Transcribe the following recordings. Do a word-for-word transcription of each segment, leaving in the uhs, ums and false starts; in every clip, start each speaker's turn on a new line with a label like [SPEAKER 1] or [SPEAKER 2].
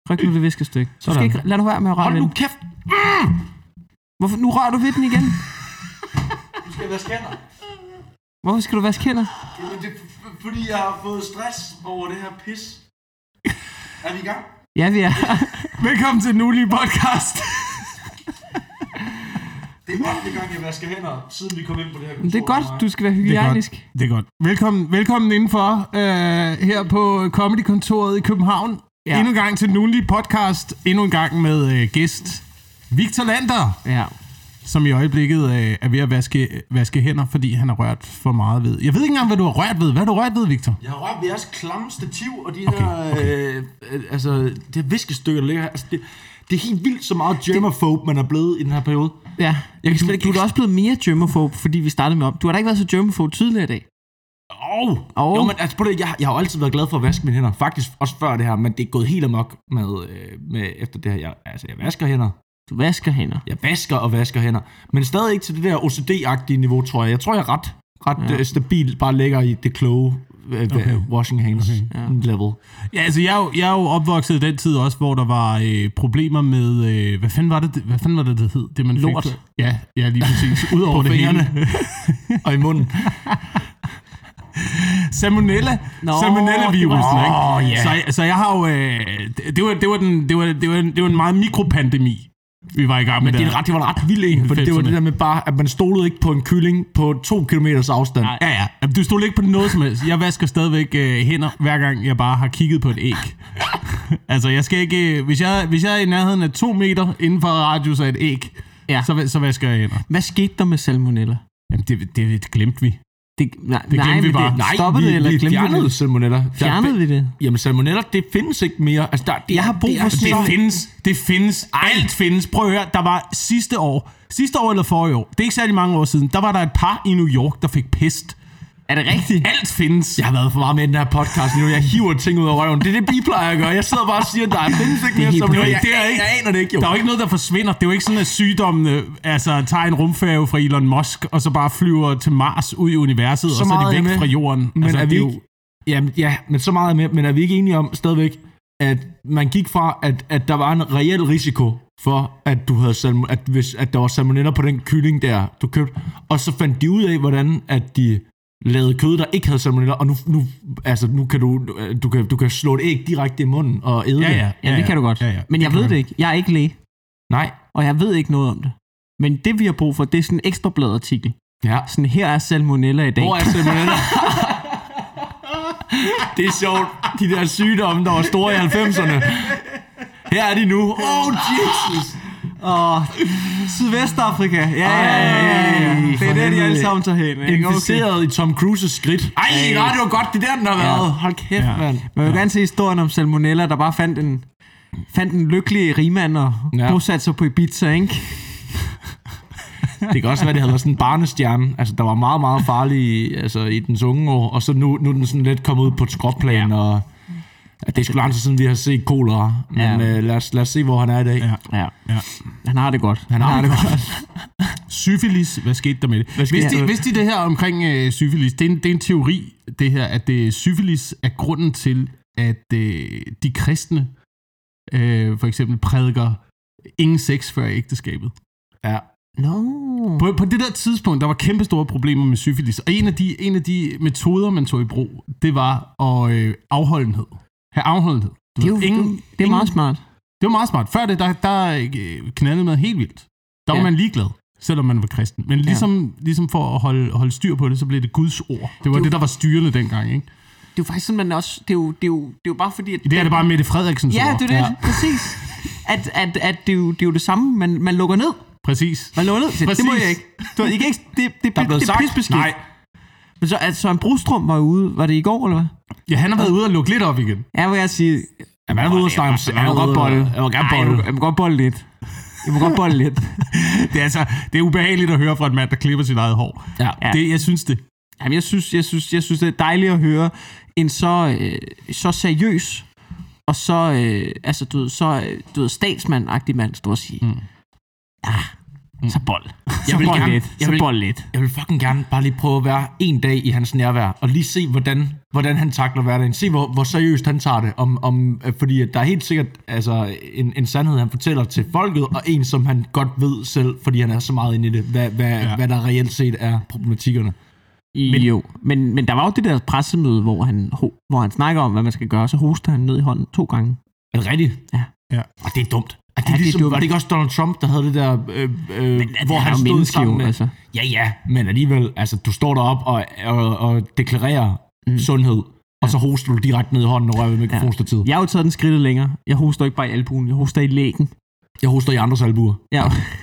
[SPEAKER 1] Tryk nu det viskestykke. Du skal ikke, lad nu være med at røre
[SPEAKER 2] Hold
[SPEAKER 1] ved
[SPEAKER 2] nu
[SPEAKER 1] den.
[SPEAKER 2] kæft! Mm!
[SPEAKER 1] Hvorfor? Nu rører du ved den igen.
[SPEAKER 2] Du skal vaske hænder.
[SPEAKER 1] Hvorfor skal du vaske hænder?
[SPEAKER 2] Jamen, det er f- fordi jeg har fået stress over det her pis. Er vi i gang?
[SPEAKER 1] Ja, vi er.
[SPEAKER 3] Velkommen til den ulige podcast.
[SPEAKER 2] Det er ottende gang, jeg vasker hænder, siden vi kom ind på det her kontor.
[SPEAKER 1] Det er godt, du skal være hygiejnisk.
[SPEAKER 3] Det er godt. Velkommen, velkommen indenfor øh, her på Comedy-kontoret i København.
[SPEAKER 1] Ja.
[SPEAKER 3] Endnu en gang til den ulige podcast. Endnu en gang med øh, gæst Victor Lander,
[SPEAKER 1] Ja.
[SPEAKER 3] som i øjeblikket øh, er ved at vaske, vaske hænder, fordi han har rørt for meget ved. Jeg ved ikke engang, hvad du har rørt ved. Hvad har du rørt ved, Victor?
[SPEAKER 2] Jeg har rørt ved jeres klamme stativ, og de
[SPEAKER 3] Okay,
[SPEAKER 2] her,
[SPEAKER 3] okay.
[SPEAKER 2] øh, øh, altså, det her viskestykker, der ligger her. Altså, det, det er helt vildt så meget germaphobe, man er blevet i den her periode.
[SPEAKER 1] Ja.
[SPEAKER 2] Jeg kan
[SPEAKER 1] Du,
[SPEAKER 2] slet ikke...
[SPEAKER 1] du er da også blevet mere germaphobe, fordi vi startede med op. Du har da ikke været så germaphobe tidligere i dag.
[SPEAKER 2] Åh! Oh.
[SPEAKER 1] Åh.
[SPEAKER 2] Jo, men altså, på det, jeg, jeg har jo altid været glad for at vaske mine hænder. Faktisk også før det her, men det er gået helt amok med, øh, med efter det her. Jeg, altså, jeg vasker hænder.
[SPEAKER 1] Du vasker hænder.
[SPEAKER 2] Jeg vasker og vasker hænder. Men stadig ikke til det der O C D-agtige niveau, tror jeg. Jeg tror, jeg er ret, ret
[SPEAKER 1] Ja.
[SPEAKER 2] ja. stabil, bare ligger i det kloge øh,
[SPEAKER 3] Okay.
[SPEAKER 2] washing hands
[SPEAKER 1] Okay.
[SPEAKER 2] okay. level.
[SPEAKER 3] Ja, altså jeg er jo, jeg er jo opvokset i den tid også, hvor der var øh, problemer med, øh, hvad fanden var det, hvad fanden var det, det hed? Det man
[SPEAKER 1] Lort.
[SPEAKER 3] fik. Ja, ja, lige præcis. Udover det hele.
[SPEAKER 2] Og i munden.
[SPEAKER 3] Salmonella,
[SPEAKER 1] Nå,
[SPEAKER 3] Salmonella-virusen,
[SPEAKER 2] det
[SPEAKER 3] ikke?
[SPEAKER 2] var- Åh, ja.
[SPEAKER 3] Så, så jeg har jo, øh, det, det var, det var den, det var, det var, det var en meget mikropandemi, vi var i gang med.
[SPEAKER 2] Men det, er
[SPEAKER 3] der.
[SPEAKER 2] ret, det var en ret vild en, for det var det der med bare, at man stolede ikke på en kylling på to kilometers afstand.
[SPEAKER 1] Nej.
[SPEAKER 3] Ja, ja. Jamen, du stod ikke på noget som helst. Jeg vasker stadigvæk øh, hænder, hver gang jeg bare har kigget på et æg. Altså, jeg skal ikke... Øh, hvis, jeg, hvis jeg er i nærheden af to meter inden for radius af et æg,
[SPEAKER 1] Ja.
[SPEAKER 3] så, så vasker jeg hænder.
[SPEAKER 1] Hvad skete der med salmonella?
[SPEAKER 3] Jamen, det, det, det glemte vi.
[SPEAKER 1] Det, nej,
[SPEAKER 3] Det
[SPEAKER 1] nej,
[SPEAKER 3] glemte vi
[SPEAKER 1] men
[SPEAKER 3] bare.
[SPEAKER 1] det,
[SPEAKER 2] Nej,
[SPEAKER 1] stoppede
[SPEAKER 2] vi,
[SPEAKER 1] det, eller
[SPEAKER 2] vi
[SPEAKER 1] glemte vi
[SPEAKER 2] fjernede
[SPEAKER 1] det?
[SPEAKER 2] salmonella. Der-
[SPEAKER 1] Fjernede vi det?
[SPEAKER 2] Jamen, salmonella, det findes ikke mere. Altså, der, det,
[SPEAKER 1] Jeg har brug
[SPEAKER 2] det er
[SPEAKER 1] for
[SPEAKER 2] så-
[SPEAKER 3] Det findes, det findes, alt findes. Prøv at høre, der var sidste år, sidste år eller forrige år, det er ikke særlig mange år siden, der var der et par i New York, der fik pest.
[SPEAKER 1] Er det rigtigt?
[SPEAKER 3] Alt findes.
[SPEAKER 2] Jeg har været for meget med i den her podcast nu. Jeg hiver ting ud af røven. Det er det, vi plejer at gøre. Jeg sidder bare og siger, at der findes ikke mere
[SPEAKER 1] helt
[SPEAKER 2] salmonella.
[SPEAKER 3] perfekt.
[SPEAKER 2] Det er ikke, jeg aner det ikke, jo.
[SPEAKER 3] Der er jo ikke noget, der forsvinder. Det er jo ikke sådan, at sygdommene altså, tager en rumfærge fra Elon Musk, og så bare flyver til Mars ud i universet,
[SPEAKER 2] Så
[SPEAKER 3] og så er
[SPEAKER 2] meget
[SPEAKER 3] de
[SPEAKER 2] er
[SPEAKER 3] væk
[SPEAKER 2] med.
[SPEAKER 3] fra jorden.
[SPEAKER 2] Men
[SPEAKER 3] altså,
[SPEAKER 2] er
[SPEAKER 3] det
[SPEAKER 2] vi
[SPEAKER 3] jo,
[SPEAKER 2] ikke... Jamen, ja, men så meget er med. Men er vi ikke enige om stadigvæk, at man gik fra, at, at der var en reel risiko for, at du havde salmo, at, hvis, at der var salmonella på den kylling der, du købte, og så fandt de ud af, hvordan at de lavede kød, der ikke havde salmonella, og nu, nu, altså, nu kan du, du kan, du kan slå et æg direkte i munden og æde
[SPEAKER 3] ja,
[SPEAKER 2] det.
[SPEAKER 3] ja,
[SPEAKER 1] Ja, det kan du godt.
[SPEAKER 3] Ja, ja.
[SPEAKER 1] Men jeg
[SPEAKER 3] kan
[SPEAKER 1] ved
[SPEAKER 3] man.
[SPEAKER 1] det ikke. Jeg er ikke læge,
[SPEAKER 2] Nej.
[SPEAKER 1] og jeg ved ikke noget om det. Men det, vi har brug for, det er sådan en ekstra bladartikel.
[SPEAKER 2] Ja.
[SPEAKER 1] Sådan, her er salmonella i dag.
[SPEAKER 2] Hvor er salmonella? Det er sjovt. De der sygdomme, der var store i halvfemserne. Her er de nu. Oh, Jesus.
[SPEAKER 1] Åh, Sydvestafrika. Ja, ja, ja, ja. Det er der, de alle sammen tager hen. Ikke? Okay.
[SPEAKER 2] Inficeret i Tom Cruises skridt. Ej, nej, det var godt. Det er der, den har været. Hold kæft,
[SPEAKER 3] Ja.
[SPEAKER 2] mand.
[SPEAKER 1] Man vil gerne se historien om salmonella, der bare fandt en, fandt en lykkelig rigmand og
[SPEAKER 2] Ja.
[SPEAKER 1] bosatte sig på Ibiza, ikke?
[SPEAKER 2] Det kan også være, det havde været sådan en barnestjerne. Altså, der var meget, meget farlig altså, i dens unge år. Og så nu, nu er den sådan lidt kommet ud på et skråplan. Og ja, det er sgu lang tid siden, vi har set kolera. Men
[SPEAKER 1] Ja.
[SPEAKER 2] øh, lad, os, lad os se, hvor han er i dag.
[SPEAKER 3] Ja.
[SPEAKER 1] Ja.
[SPEAKER 3] Ja.
[SPEAKER 1] Han har det godt.
[SPEAKER 2] Han har det godt.
[SPEAKER 3] Syfilis, hvad skete der med det?
[SPEAKER 2] Hvad skete
[SPEAKER 3] Hvis de,
[SPEAKER 2] der?
[SPEAKER 3] hvis de det her omkring øh, syfilis, det er, en, det er en teori, det her, at øh, syfilis er grunden til, at øh, de kristne øh, for eksempel prædiker ingen sex før ægteskabet.
[SPEAKER 2] Ja.
[SPEAKER 1] No.
[SPEAKER 3] På, på det der tidspunkt, der var kæmpe store problemer med syfilis, og en af de, en af de metoder, man tog i brug, det var at øh, afholdenhed. Have afholdenhed. Du
[SPEAKER 1] Det er, jo,
[SPEAKER 3] ved,
[SPEAKER 1] ingen, det er meget smart.
[SPEAKER 3] Det var meget smart. Før det, der, der øh, knaldede man helt vildt. Der var
[SPEAKER 1] Ja.
[SPEAKER 3] man ligeglad, selvom man var kristen. Men ligesom, ja. ligesom for at holde, holde styr på det, så blev det Guds ord. Det var det,
[SPEAKER 1] jo-
[SPEAKER 3] det der var styrende dengang, ikke?
[SPEAKER 1] Det er jo faktisk sådan, man også... Det er jo, det er jo, det er jo bare fordi... At
[SPEAKER 3] I det er det bare Mette Frederiksens
[SPEAKER 1] Ja,
[SPEAKER 3] ord.
[SPEAKER 1] det er det. Ja. Præcis. At, at, at det, er jo, det er jo det samme. Man, man lukker ned.
[SPEAKER 3] Præcis.
[SPEAKER 1] Man lukker ned. Det, det må
[SPEAKER 3] Præcis.
[SPEAKER 1] jeg ikke. Du, I kan ikke det, det,
[SPEAKER 2] Der er blevet
[SPEAKER 1] det, det er
[SPEAKER 2] sagt.
[SPEAKER 1] pisbeskidt.
[SPEAKER 3] Nej.
[SPEAKER 1] Men så, at Søren Brostrøm var ude... Var det i går, eller hvad?
[SPEAKER 3] Ja, han har været ude og lukke lidt op igen.
[SPEAKER 1] Ja, vil jeg sige...
[SPEAKER 2] Ja, man er ude og snakke om...
[SPEAKER 1] Jeg må godt bolle.
[SPEAKER 2] Jeg må gerne
[SPEAKER 1] Ej, jeg må,
[SPEAKER 2] bolle.
[SPEAKER 1] jeg må godt bolle lidt. Jeg må godt bolle lidt.
[SPEAKER 3] Det er, altså, det er ubehageligt at høre fra en mand, der klipper sit eget hår.
[SPEAKER 2] Ja.
[SPEAKER 1] Ja.
[SPEAKER 3] Det, jeg synes det.
[SPEAKER 1] Jamen, jeg synes, jeg synes, jeg synes, det er dejligt at høre en så, øh, så seriøs og så, øh, altså, du ved, så, øh, du ved, statsmand-agtig mand stå og sige, mm. ja,
[SPEAKER 4] Mm. Så bold.
[SPEAKER 2] Jeg vil, gerne,
[SPEAKER 4] så
[SPEAKER 2] jeg, vil,
[SPEAKER 4] bold lidt.
[SPEAKER 2] jeg vil fucking gerne bare lige prøve at være en dag i hans nærvær, og lige se, hvordan, hvordan han takler hverdagen. Se, hvor, hvor seriøst han tager det. Om, om, fordi der er helt sikkert altså, en, en sandhed, han fortæller til folket, og en, som han godt ved selv, fordi han er så meget inde i det, hvad, hvad, ja. hvad der reelt set er problematikkerne.
[SPEAKER 4] Men, jo, men, men der var jo det der pressemøde, hvor han, hvor han snakker om, hvad man skal gøre, så hoster han ned i hånden to gange.
[SPEAKER 2] Er det rigtigt?
[SPEAKER 4] Ja.
[SPEAKER 2] Ja. Og det er dumt. Er det
[SPEAKER 4] ja,
[SPEAKER 2] ligesom,
[SPEAKER 4] det er
[SPEAKER 2] var det ikke også Donald Trump, der havde det der, øh, øh, men, hvor han stod sammen med...
[SPEAKER 4] Altså.
[SPEAKER 2] Ja, ja, men alligevel, altså, du står derop og, og, og deklarerer mm. sundhed, og ja. så hoster du direkte ned i hånden og rører ved mikrofonstativet. Ja.
[SPEAKER 4] Jeg har jo taget den skridtet længere. Jeg hoster ikke bare i albuen, jeg hoster i lægen.
[SPEAKER 2] Jeg hoster i andres albuer.
[SPEAKER 4] Ja.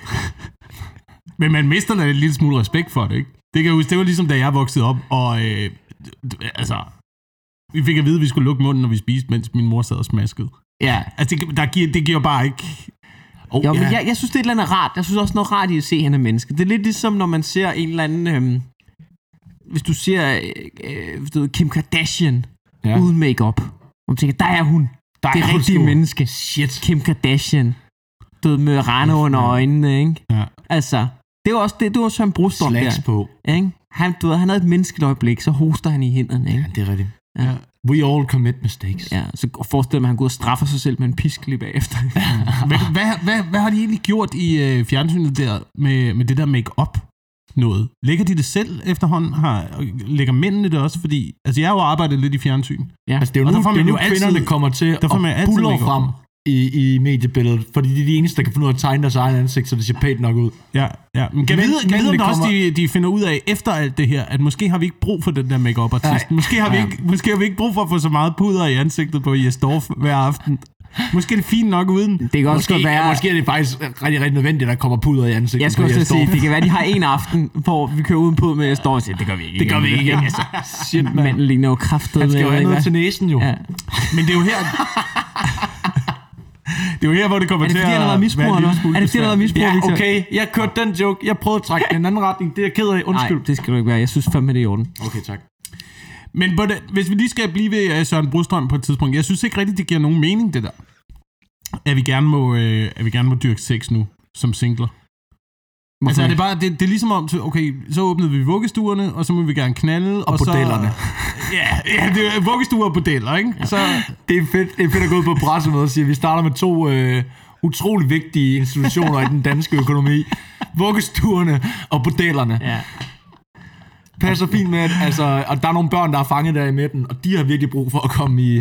[SPEAKER 3] Men man mister da en lille smule respekt for det, ikke? Det kan jeg huske, det var ligesom da jeg voksede op, og øh, altså, vi fik at vide, at vi skulle lukke munden, når vi spiste, mens min mor sad og smaskede.
[SPEAKER 4] Ja.
[SPEAKER 3] Altså, det, der giver, det giver bare ikke...
[SPEAKER 4] Oh, jo, ja. men jeg, jeg synes, det er et eller andet rart. Jeg synes også noget rart i at se, at han er menneske. Det er lidt ligesom, når man ser en eller anden... Øhm, hvis du ser øh, du ved, Kim Kardashian ja. uden make-up. Og man tænker, der er hun. Der det er rigtige menneske.
[SPEAKER 2] Shit.
[SPEAKER 4] Kim Kardashian. Du ved, med rande under øjnene, ikke? Ja. Altså, det var også det, det var Søren Brostrøm der.
[SPEAKER 2] Slags på.
[SPEAKER 4] Ikke? Han, du ved, han havde et menneskeligt øjeblik, så hoster han i hænderne, ikke?
[SPEAKER 2] Ja, det er rigtigt. Ja. We all commit mistakes.
[SPEAKER 4] Ja, så forestiller man, at han går og straffer sig selv med en pisk lige bagefter.
[SPEAKER 3] hvad, hvad, hvad, hvad har de egentlig gjort i øh, fjernsynet der med, med det der make-up noget? Lægger de det selv efterhånden? Har, lægger mændene det også? Fordi, altså jeg har jo arbejdet lidt i fjernsyn.
[SPEAKER 2] Ja. Altså det er jo nu, det er nu altid, kvinderne kommer til at buller frem i, i mediebilledet, fordi de er de eneste, der kan finde ud af at tegne deres egen ansigt, så det ser pænt nok ud. Ja, ja. Men kan vi vide, kan vide om også, de, de finder ud af efter alt det her, at måske har vi ikke brug for den der make-up-artist. Måske har, vi ikke, måske har vi ikke brug for at få så meget puder i ansigtet på Jes Dorf hver aften. Måske er det fint nok uden.
[SPEAKER 4] Det kan også
[SPEAKER 2] måske,
[SPEAKER 4] være...
[SPEAKER 2] Ja, måske er det faktisk rigtig, rigtig nødvendigt, at der kommer puder i ansigtet.
[SPEAKER 4] Jeg skulle også sige, det kan være, at de har en aften, hvor vi kører uden puder med Jes Dorf. Det gør vi ikke.
[SPEAKER 2] Det gør vi ikke. Ja.
[SPEAKER 4] Altså, shit, manden ligner jo kraftet.
[SPEAKER 2] Han skal jo have noget til næsen jo. Ja.
[SPEAKER 3] Men det er jo her... Det er jo her, hvor det kommer til at...
[SPEAKER 4] Er det fordi, han har været misbruger, eller? Er det fordi, han har været misbruger,
[SPEAKER 2] Ja, okay. Jeg kørte den joke. Jeg prøvede at trække den en anden retning. Det er jeg ked af. Undskyld.
[SPEAKER 4] Nej, det skal du ikke være. Jeg synes fandme, det er i orden.
[SPEAKER 2] Okay, tak.
[SPEAKER 3] Men på det, hvis vi lige skal blive ved Søren Brostrøm på et tidspunkt, jeg synes ikke rigtigt, det giver nogen mening, det der. At vi gerne må, øh, at vi gerne må dyrke sex nu, som singler. Okay. Altså er det bare, det, det er ligesom om, okay, så åbnede vi vuggestuerne, og så må vi gerne knalde.
[SPEAKER 2] Og, og bordellerne.
[SPEAKER 3] Ja, ja, det er vuggestuer og bordeller, ikke?
[SPEAKER 2] Så det er fedt, det er fedt at gå ud på pressemødet og sige, at vi starter med to øh, utrolig vigtige institutioner i den danske økonomi. Vuggestuerne og bordellerne. Ja. Passer fint med, at altså, og der er nogle børn, der er fanget der i midten, og de har virkelig brug for at komme i,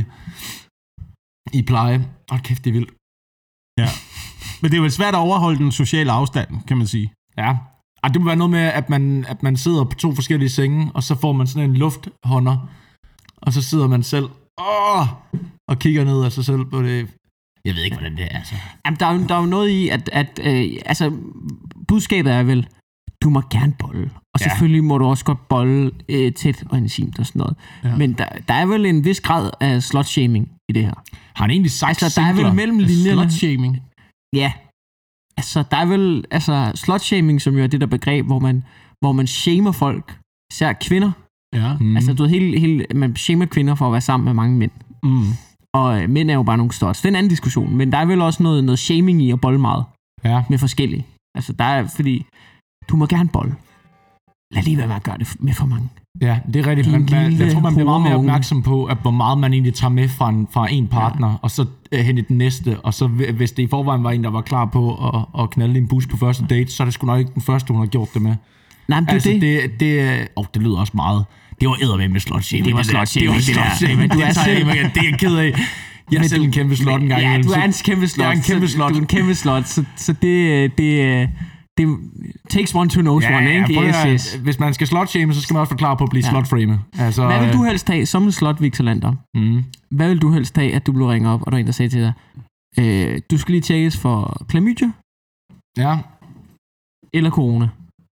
[SPEAKER 2] i pleje. Åh, kæft, det er vildt.
[SPEAKER 3] Ja. Men det er jo svært at overholde den sociale afstand, kan man sige.
[SPEAKER 2] Ja. Og det må være noget med, at man, at man sidder på to forskellige senge, og så får man sådan en lufthånder, og så sidder man selv åh, og kigger ned af sig selv på det. Jeg ved ikke, hvordan det er. Altså.
[SPEAKER 4] Jamen, der er, der er jo noget i, at, at øh, altså, budskabet er vel, du må gerne bolle. Og ja. Selvfølgelig må du også godt bolle øh, tæt og intimt og sådan noget. Ja. Men der, der er vel en vis grad af slut-shaming i det her.
[SPEAKER 2] Har han egentlig sagt
[SPEAKER 4] altså, der er vel mellem linjerne...
[SPEAKER 3] Slut-shaming?
[SPEAKER 4] Ja. Altså, der er vel... Altså, slut-shaming, som jo er det der begreb, hvor man, hvor man shamer folk. Især kvinder.
[SPEAKER 3] Ja.
[SPEAKER 4] Mm. Altså, du ved, hele, hele, man shamer kvinder for at være sammen med mange mænd.
[SPEAKER 3] Mm.
[SPEAKER 4] Og øh, mænd er jo bare nogle studs. Det er en anden diskussion. Men der er vel også noget, noget shaming i at bolle meget.
[SPEAKER 2] Ja.
[SPEAKER 4] Med forskellige. Altså, der er... Fordi... Du må gerne bolle. Lad lige være med at gøre det med for mange.
[SPEAKER 2] Ja, det er rigtigt. Man, man, jeg tror, man bliver meget mere opmærksom på, at hvor meget man egentlig tager med fra en, fra en partner, ja. Og så uh, hen i den næste. Og så hvis det i forvejen var en, der var klar på at, at knalde en bus på første date, så er det sgu nok ikke den første, hun har gjort det med.
[SPEAKER 4] Nej, men det
[SPEAKER 2] altså,
[SPEAKER 4] det.
[SPEAKER 2] Det, det, oh, det lyder også meget. Det var eddermame med slut-shaming.
[SPEAKER 4] Det var slut-shaming.
[SPEAKER 2] Det var slut-shaming. Det, det, det, det er jeg ked af. Jeg er selv en kæmpe slot en gang.
[SPEAKER 4] Ja, du er en kæmpe slot.
[SPEAKER 2] Jeg er en kæmpe slot.
[SPEAKER 4] Du er en kæmpe slot. Så, så det... det det takes one to know
[SPEAKER 2] ja,
[SPEAKER 4] one, ikke?
[SPEAKER 2] Ja, yes, yes. Hvis man skal slot-shame, så skal man også forklare på at blive ja. slot-frame. Altså,
[SPEAKER 4] hvad vil du helst have som en slot, Victor Lander?
[SPEAKER 2] Mm.
[SPEAKER 4] Hvad vil du helst have, at du blev ringet op, og der er en, der sagde til dig, øh, du skal lige tjekkes for klamydia?
[SPEAKER 2] Ja.
[SPEAKER 4] Eller corona?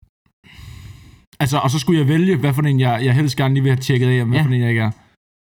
[SPEAKER 2] Altså, og så skulle jeg vælge, hvad for en jeg, jeg helst gerne lige vil have tjekket af, og hvad ja. for en jeg ikke er.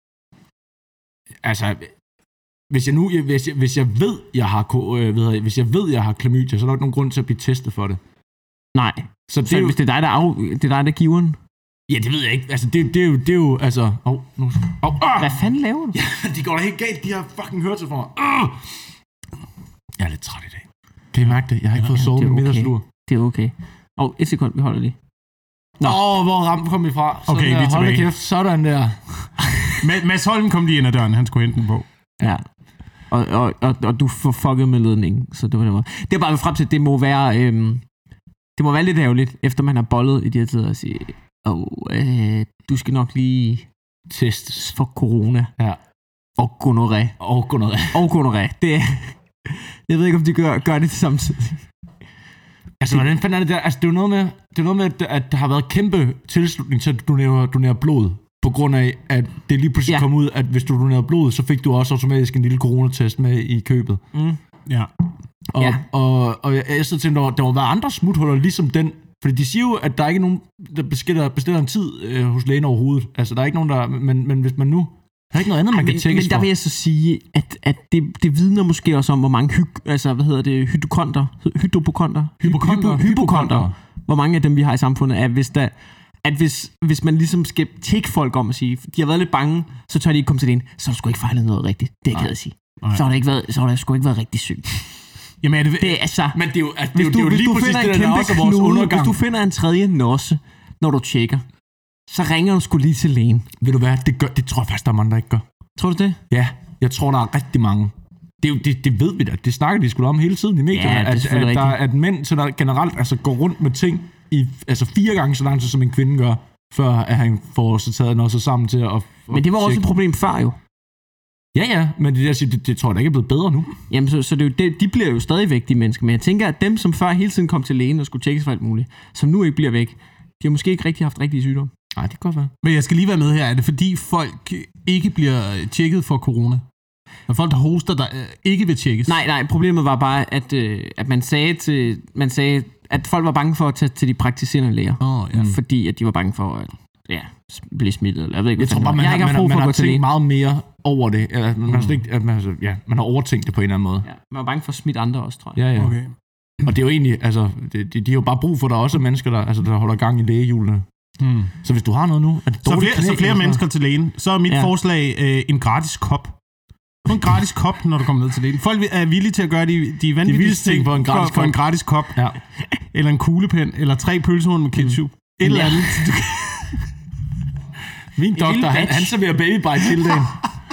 [SPEAKER 2] Altså... Hvis jeg nu, hvis jeg, hvis jeg ved, jeg har, øh, ved jeg, hvis jeg ved, jeg har klamydia, så er der ikke nogen grund til at blive testet for det.
[SPEAKER 4] Nej. Så, det så jo, hvis det er dig, der af, det er dig, der giver den? Ja,
[SPEAKER 2] det ved jeg ikke. Altså, det, det er jo, det er jo, altså... Åh, oh, nu... Oh, ah!
[SPEAKER 4] Hvad fanden laver du?
[SPEAKER 2] Ja, de går da helt galt, de har fucking hørt sig for mig. Uh! Jeg er lidt træt i dag. Kan I mærke det? Jeg har ikke ja, fået sovet med
[SPEAKER 4] okay.
[SPEAKER 2] middagslur.
[SPEAKER 4] Det Det er okay. Og oh, et sekund, vi holder lige.
[SPEAKER 2] Nå, oh, hvor rampen kom vi fra?
[SPEAKER 3] Sådan okay,
[SPEAKER 2] der, hold da kæft, sådan der.
[SPEAKER 3] Mads Holm kom lige ind ad døren, han skulle hente den på.
[SPEAKER 4] Ja. Og, og, og, og du får fucket med ledningen, så det var det måde. Det er bare frem til, det må være, øhm, det må være lidt ærgerligt, efter man har bollet i de her tider, at sige, oh, øh, du skal nok lige testes for corona.
[SPEAKER 2] Ja.
[SPEAKER 4] Og gonorré.
[SPEAKER 2] Og gonorré.
[SPEAKER 4] Og gonorré. Det er, jeg ved ikke, om de gør, gør det samtidig.
[SPEAKER 2] Altså, hvordan fanden er det der? Altså, det er jo noget med, det er noget med at der har været kæmpe tilslutning til at donere, donere blod. På grund af, at det lige pludselig ja. kom ud, at hvis du donerede blod, så fik du også automatisk en lille coronatest med i købet.
[SPEAKER 3] Mm. Ja.
[SPEAKER 2] Og, ja. og, og jeg, jeg så tænkte, der, der må være andre smuthuller ligesom den. Fordi de siger jo, at der ikke er nogen, der bestiller, bestiller en tid øh, hos lægen overhovedet. Altså, der er ikke nogen, der... Men, men hvis man nu... Der er ikke noget andet, man Ej, kan tjekke
[SPEAKER 4] Men der vil jeg så sige, at, at det, det vidner måske også om, hvor mange hyg, altså, hvad hedder det, hydrokonter, hydrokonter,
[SPEAKER 2] hypokonter,
[SPEAKER 4] hypokonter, hvor mange af dem, vi har i samfundet, er, hvis der... At hvis, hvis man ligesom skal tjekke folk om at sige, de har været lidt bange, så tør de ikke komme til det ind, så har der sgu ikke fejlet noget rigtigt. Det er ikke at sige. Så har der ikke været, så har der sgu ikke været rigtig syg.
[SPEAKER 3] Jamen er det,
[SPEAKER 4] det er altså...
[SPEAKER 2] Men det er jo, altså, det er jo, det er jo lige præcis det, der er også vores undergang.
[SPEAKER 4] Hvis du finder en tredje nosse, når du tjekker, så ringer du sgu lige til lægen.
[SPEAKER 2] Ved du hvad, det, gør, det tror jeg faktisk, der er mange, der ikke gør.
[SPEAKER 4] Tror du det?
[SPEAKER 2] Ja, jeg tror, der er rigtig mange. Det, er jo, det, det ved vi da. Det snakker de sgu om hele tiden i medierne.
[SPEAKER 4] Ja,
[SPEAKER 2] at, at, der, at mænd så der generelt altså, går rundt med ting i altså fire gange så lang tid, som en kvinde gør, før at han får så taget noget så sammen til at...
[SPEAKER 4] Men det var også et problem før jo.
[SPEAKER 2] Ja, ja, men det, det, det, det tror jeg da ikke er blevet bedre nu.
[SPEAKER 4] Jamen, så, så det er jo, det, de bliver jo stadig væk, de mennesker. Men jeg tænker, at dem, som før hele tiden kom til lægen og skulle tjekkes for alt muligt, som nu ikke bliver væk, de har måske ikke rigtig haft rigtige sygdomme.
[SPEAKER 2] Nej, det kan godt være.
[SPEAKER 3] Men jeg skal lige være med her. Er det fordi folk ikke bliver tjekket for corona? Er folk, der hoster, der ikke vil tjekkes?
[SPEAKER 4] Nej, nej, problemet var bare, at, øh, at man sagde til... Man sagde, at folk var bange for at tage til de praktiserende læger.
[SPEAKER 3] Oh, ja.
[SPEAKER 4] Fordi at de var bange for at ja, blive smittet. Eller jeg ved ikke,
[SPEAKER 2] jeg tror bare, man, har, man, man, man har tænkt meget mere over det. Eller, man, mm. har ikke, at man, altså, ja, man har overtænkt det på en eller anden måde.
[SPEAKER 4] Ja, man var bange for at smitte andre også, tror jeg.
[SPEAKER 2] Ja, ja.
[SPEAKER 3] Okay.
[SPEAKER 2] Og det er jo egentlig, altså, de, de, de har jo bare brug for, at der også er mennesker, der, altså, der holder gang i lægehjulene. Hmm. Så hvis du har noget nu... Er det
[SPEAKER 3] så flere, knæk, så flere mennesker til lægen. Så er mit ja. forslag øh, en gratis kop. En gratis kop, når du kommer ned til lægen. Folk er villige til at gøre de, de vanvittige ting
[SPEAKER 2] for en gratis
[SPEAKER 3] for, for en gratis kop.
[SPEAKER 2] Ja.
[SPEAKER 3] Eller en kuglepen, eller tre pølsehorn med ketchup. Mm. Et eller andet.
[SPEAKER 2] Min doktor, han, han serverer babybite til den.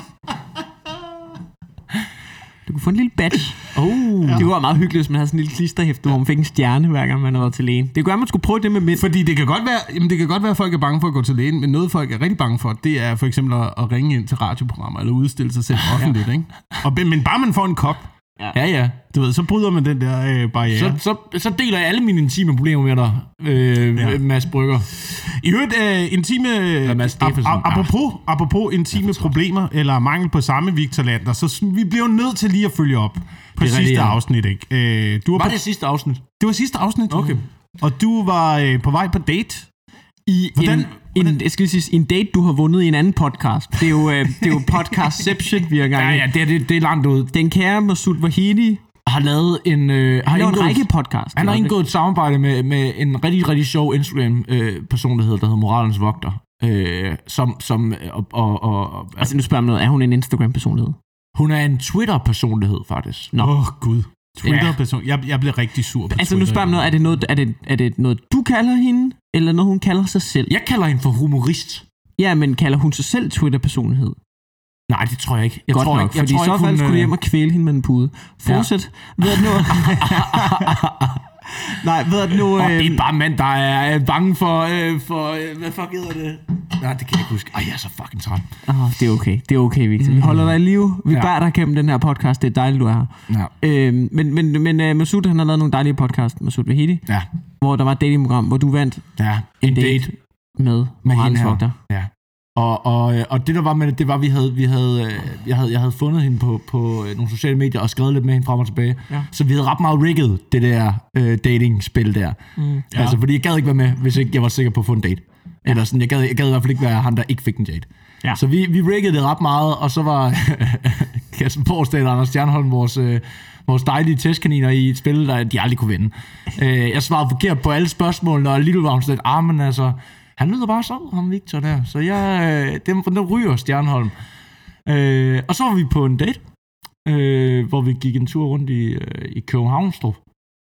[SPEAKER 4] Du kunne få en lille badge. Oh, ja. Det kunne være meget hyggeligt, hvis man havde sådan en lille klisterhæfte, ja. hvor man fik en stjerne, hver gang man havde været til lægen. Det kunne være, at man skulle prøve det med mænd.
[SPEAKER 3] Fordi det kan godt være, jamen det kan godt være, at folk er bange for at gå til lægen, men noget folk er rigtig bange for, det er for eksempel at, at ringe ind til radioprogrammer, eller udstille sig selv offentligt, ja. ikke? Og, men bare man får en kop,
[SPEAKER 2] ja, ja, ja.
[SPEAKER 3] Du ved, så bryder man den der øh, barriere.
[SPEAKER 2] Så, så, så deler jeg alle mine intime problemer med dig, øh, ja. Mads Brygger.
[SPEAKER 3] I øvrigt, øh, intime... Ap- apropos, apropos intime problemer, eller mangel på samme, Victor Lander, så vi bliver jo nødt til lige at følge op på det sidste ja. afsnit, ikke? Øh, du var,
[SPEAKER 2] var
[SPEAKER 3] på,
[SPEAKER 2] det sidste afsnit?
[SPEAKER 3] Det var sidste afsnit.
[SPEAKER 2] Okay.
[SPEAKER 3] Og du var øh, på vej på date.
[SPEAKER 4] I hvordan, en, hvordan? En, jeg skal sige, en date, du har vundet i en anden podcast. Det er jo, øh, det er jo podcastception, vi har gang i.
[SPEAKER 2] Ja, ja, det er, det, det er langt ud.
[SPEAKER 4] Den kære Masoud Vahedi
[SPEAKER 2] har lavet en... Øh,
[SPEAKER 4] har indgået, en række podcast.
[SPEAKER 2] Han har indgået et samarbejde med, med en rigtig, rigtig sjov Instagram-personlighed, øh, der hedder Moralens Vogter. Øh, som... som og, og, og,
[SPEAKER 4] altså, nu spørger jeg noget. Er hun en Instagram-personlighed?
[SPEAKER 2] Hun er en Twitter-personlighed, faktisk.
[SPEAKER 3] Åh, oh, Gud. Twitter-person. Jeg, jeg blev rigtig sur på
[SPEAKER 4] altså,
[SPEAKER 3] Twitter.
[SPEAKER 4] Nu spørger jeg noget. Er det noget, er det, er det noget, du kalder hende? Eller noget, hun kalder sig selv?
[SPEAKER 2] Jeg kalder hende for humorist.
[SPEAKER 4] Ja, men kalder hun sig selv Twitter-personlighed?
[SPEAKER 2] Nej, det tror jeg ikke. Jeg
[SPEAKER 4] Godt
[SPEAKER 2] tror
[SPEAKER 4] nok,
[SPEAKER 2] ikke, jeg
[SPEAKER 4] fordi
[SPEAKER 2] tror
[SPEAKER 4] i så fald skulle du hjem og kvæle hende med en pude. Fortsæt. Ja. Ved at nu... Nej, ved at nu...
[SPEAKER 2] Oh, øh... det er bare mand, der er bange for... Øh, for øh, hvad fuck hedder det? Nej, det kan jeg ikke huske. Ej, jeg er så fucking træt.
[SPEAKER 4] Oh, det er okay. Det er okay, Victor. Vi holder dig i live. Vi ja. bærer dig gennem den her podcast. Det er dejligt, du er her.
[SPEAKER 2] Ja.
[SPEAKER 4] Øhm, men men, men uh, Masoud, han har lavet nogle dejlige podcast, Masoud Vahedi.
[SPEAKER 2] Ja.
[SPEAKER 4] Hvor der var et datingprogram, hvor du vandt
[SPEAKER 2] ja.
[SPEAKER 4] en date, date med Moralens Vogter.
[SPEAKER 2] Ja. Og, og, og det der var med det, det var, vi havde, vi havde, jeg havde, jeg havde fundet hende på, på nogle sociale medier og skrevet lidt med hende frem og tilbage. Ja. Så vi havde ret meget rigget det der øh, dating-spil der. Mm. Ja. Altså, fordi jeg gad ikke være med, hvis ikke jeg var sikker på at få en date. Ja. Eller sådan, jeg gad, jeg gad i hvert fald ikke være han, der ikke fik en date. Ja. Så vi, vi riggede det ret meget, og så var Kasper Borgstad og Anders Stjernholm vores, øh, vores dejlige testkaniner i et spil, der de aldrig kunne vinde. Øh, jeg svarede forkert på alle spørgsmålene, og Lille var sådan, ah, men altså... Han lyder bare så, ham Victor der. Så jeg, den, den ryger Stjernholm. Øh, og så var vi på en date, øh, hvor vi gik en tur rundt i, øh, i Københavnstrup.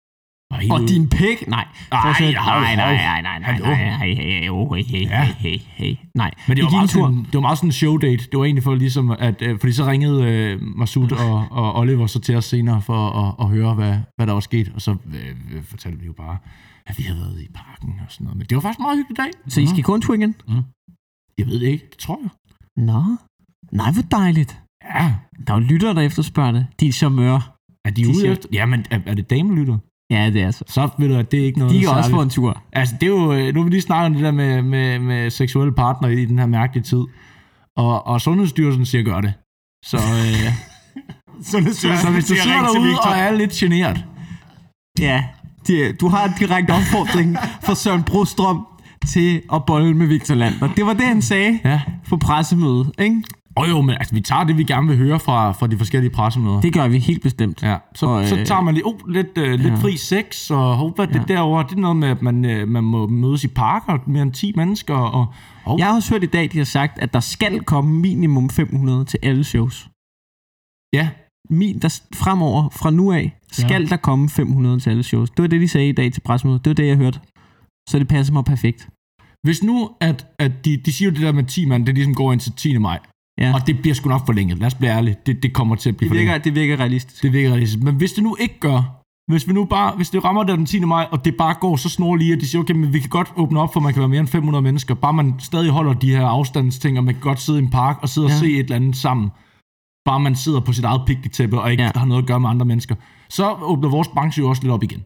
[SPEAKER 4] Og din pæk? Nej.
[SPEAKER 2] Ej,
[SPEAKER 4] nej,
[SPEAKER 2] nej,
[SPEAKER 4] nej, nej, nej, nej, nej, hey, hey, oh, hey, hey, hey, hey, hey, nej.
[SPEAKER 2] Men det var, meget sådan, det var meget sådan en showdate. Det var egentlig for ligesom, at, øh, fordi så ringede øh, Masoud og, og Oliver så til os senere for at, at høre, hvad, hvad der var sket. Og så øh, fortalte vi jo bare, at vi havde været i parken og sådan noget. Men det var faktisk en meget hyggelig dag.
[SPEAKER 4] Så I skal kun tur igen?
[SPEAKER 2] Mm. Jeg ved det ikke, det tror jeg.
[SPEAKER 4] Nå, nej, hvor dejligt.
[SPEAKER 2] Ja.
[SPEAKER 4] Der er jo lytter, der efterspørger det. De er charmøre.
[SPEAKER 2] Er de, de ude efter? Ja, men er, er det damelytter?
[SPEAKER 4] Ja, det er så.
[SPEAKER 2] Så ved du, at det er ikke noget.
[SPEAKER 4] De kan også få en tur.
[SPEAKER 2] Altså, det er jo, nu vil vi lige snakke om det der med, med, med seksuelle partner i den her mærkelige tid. Og, og Sundhedsstyrelsen siger, gør det. Så, øh, Sundhedsstyrelsen så hvis du sidder derude og er lidt generet.
[SPEAKER 4] Ja, de, du har en direkte opfordring fra Søren Brostrøm til at bolle med Victor Lander. Det var det, han sagde
[SPEAKER 2] ja.
[SPEAKER 4] på pressemødet, ikke?
[SPEAKER 2] Og jo, men altså, vi tager det, vi gerne vil høre fra, fra de forskellige pressemøder.
[SPEAKER 4] Det gør vi helt bestemt.
[SPEAKER 2] Ja, så, og, så tager man lige oh, lidt, uh, lidt ja. fri sex, og håber, det ja. derovre, det er noget med, at man, uh, man må mødes i parker, mere end ti mennesker. Og, oh.
[SPEAKER 4] Jeg har også hørt i dag, de har sagt, at der skal komme minimum fem hundrede til alle shows.
[SPEAKER 2] Ja.
[SPEAKER 4] Min, der fremover, fra nu af, skal ja. der komme fem hundrede til alle shows. Det var det, de sagde i dag til pressemødet. Det var det, jeg hørte. Så det passer mig perfekt.
[SPEAKER 2] Hvis nu, at, at de, de siger jo det der med ti mand, det ligesom går ind til tiende maj. Ja. Og det bliver sgu nok forlænget. Lad os blive ærlige. Det, det kommer til at blive
[SPEAKER 4] det virker,
[SPEAKER 2] forlænget.
[SPEAKER 4] Det virker realistisk.
[SPEAKER 2] Det virker realistisk. Men hvis det nu ikke gør, hvis vi nu bare, hvis det rammer der den tiende maj, og det bare går så snorlige, at de siger, okay, men vi kan godt åbne op, for man kan være mere end fem hundrede mennesker. Bare man stadig holder de her afstandsting, og man kan godt sidde i en park og sidde ja. og se et eller andet sammen. Bare man sidder på sit eget picnic-tæppe og ikke ja. har noget at gøre med andre mennesker. Så åbner vores branche jo også lidt op igen.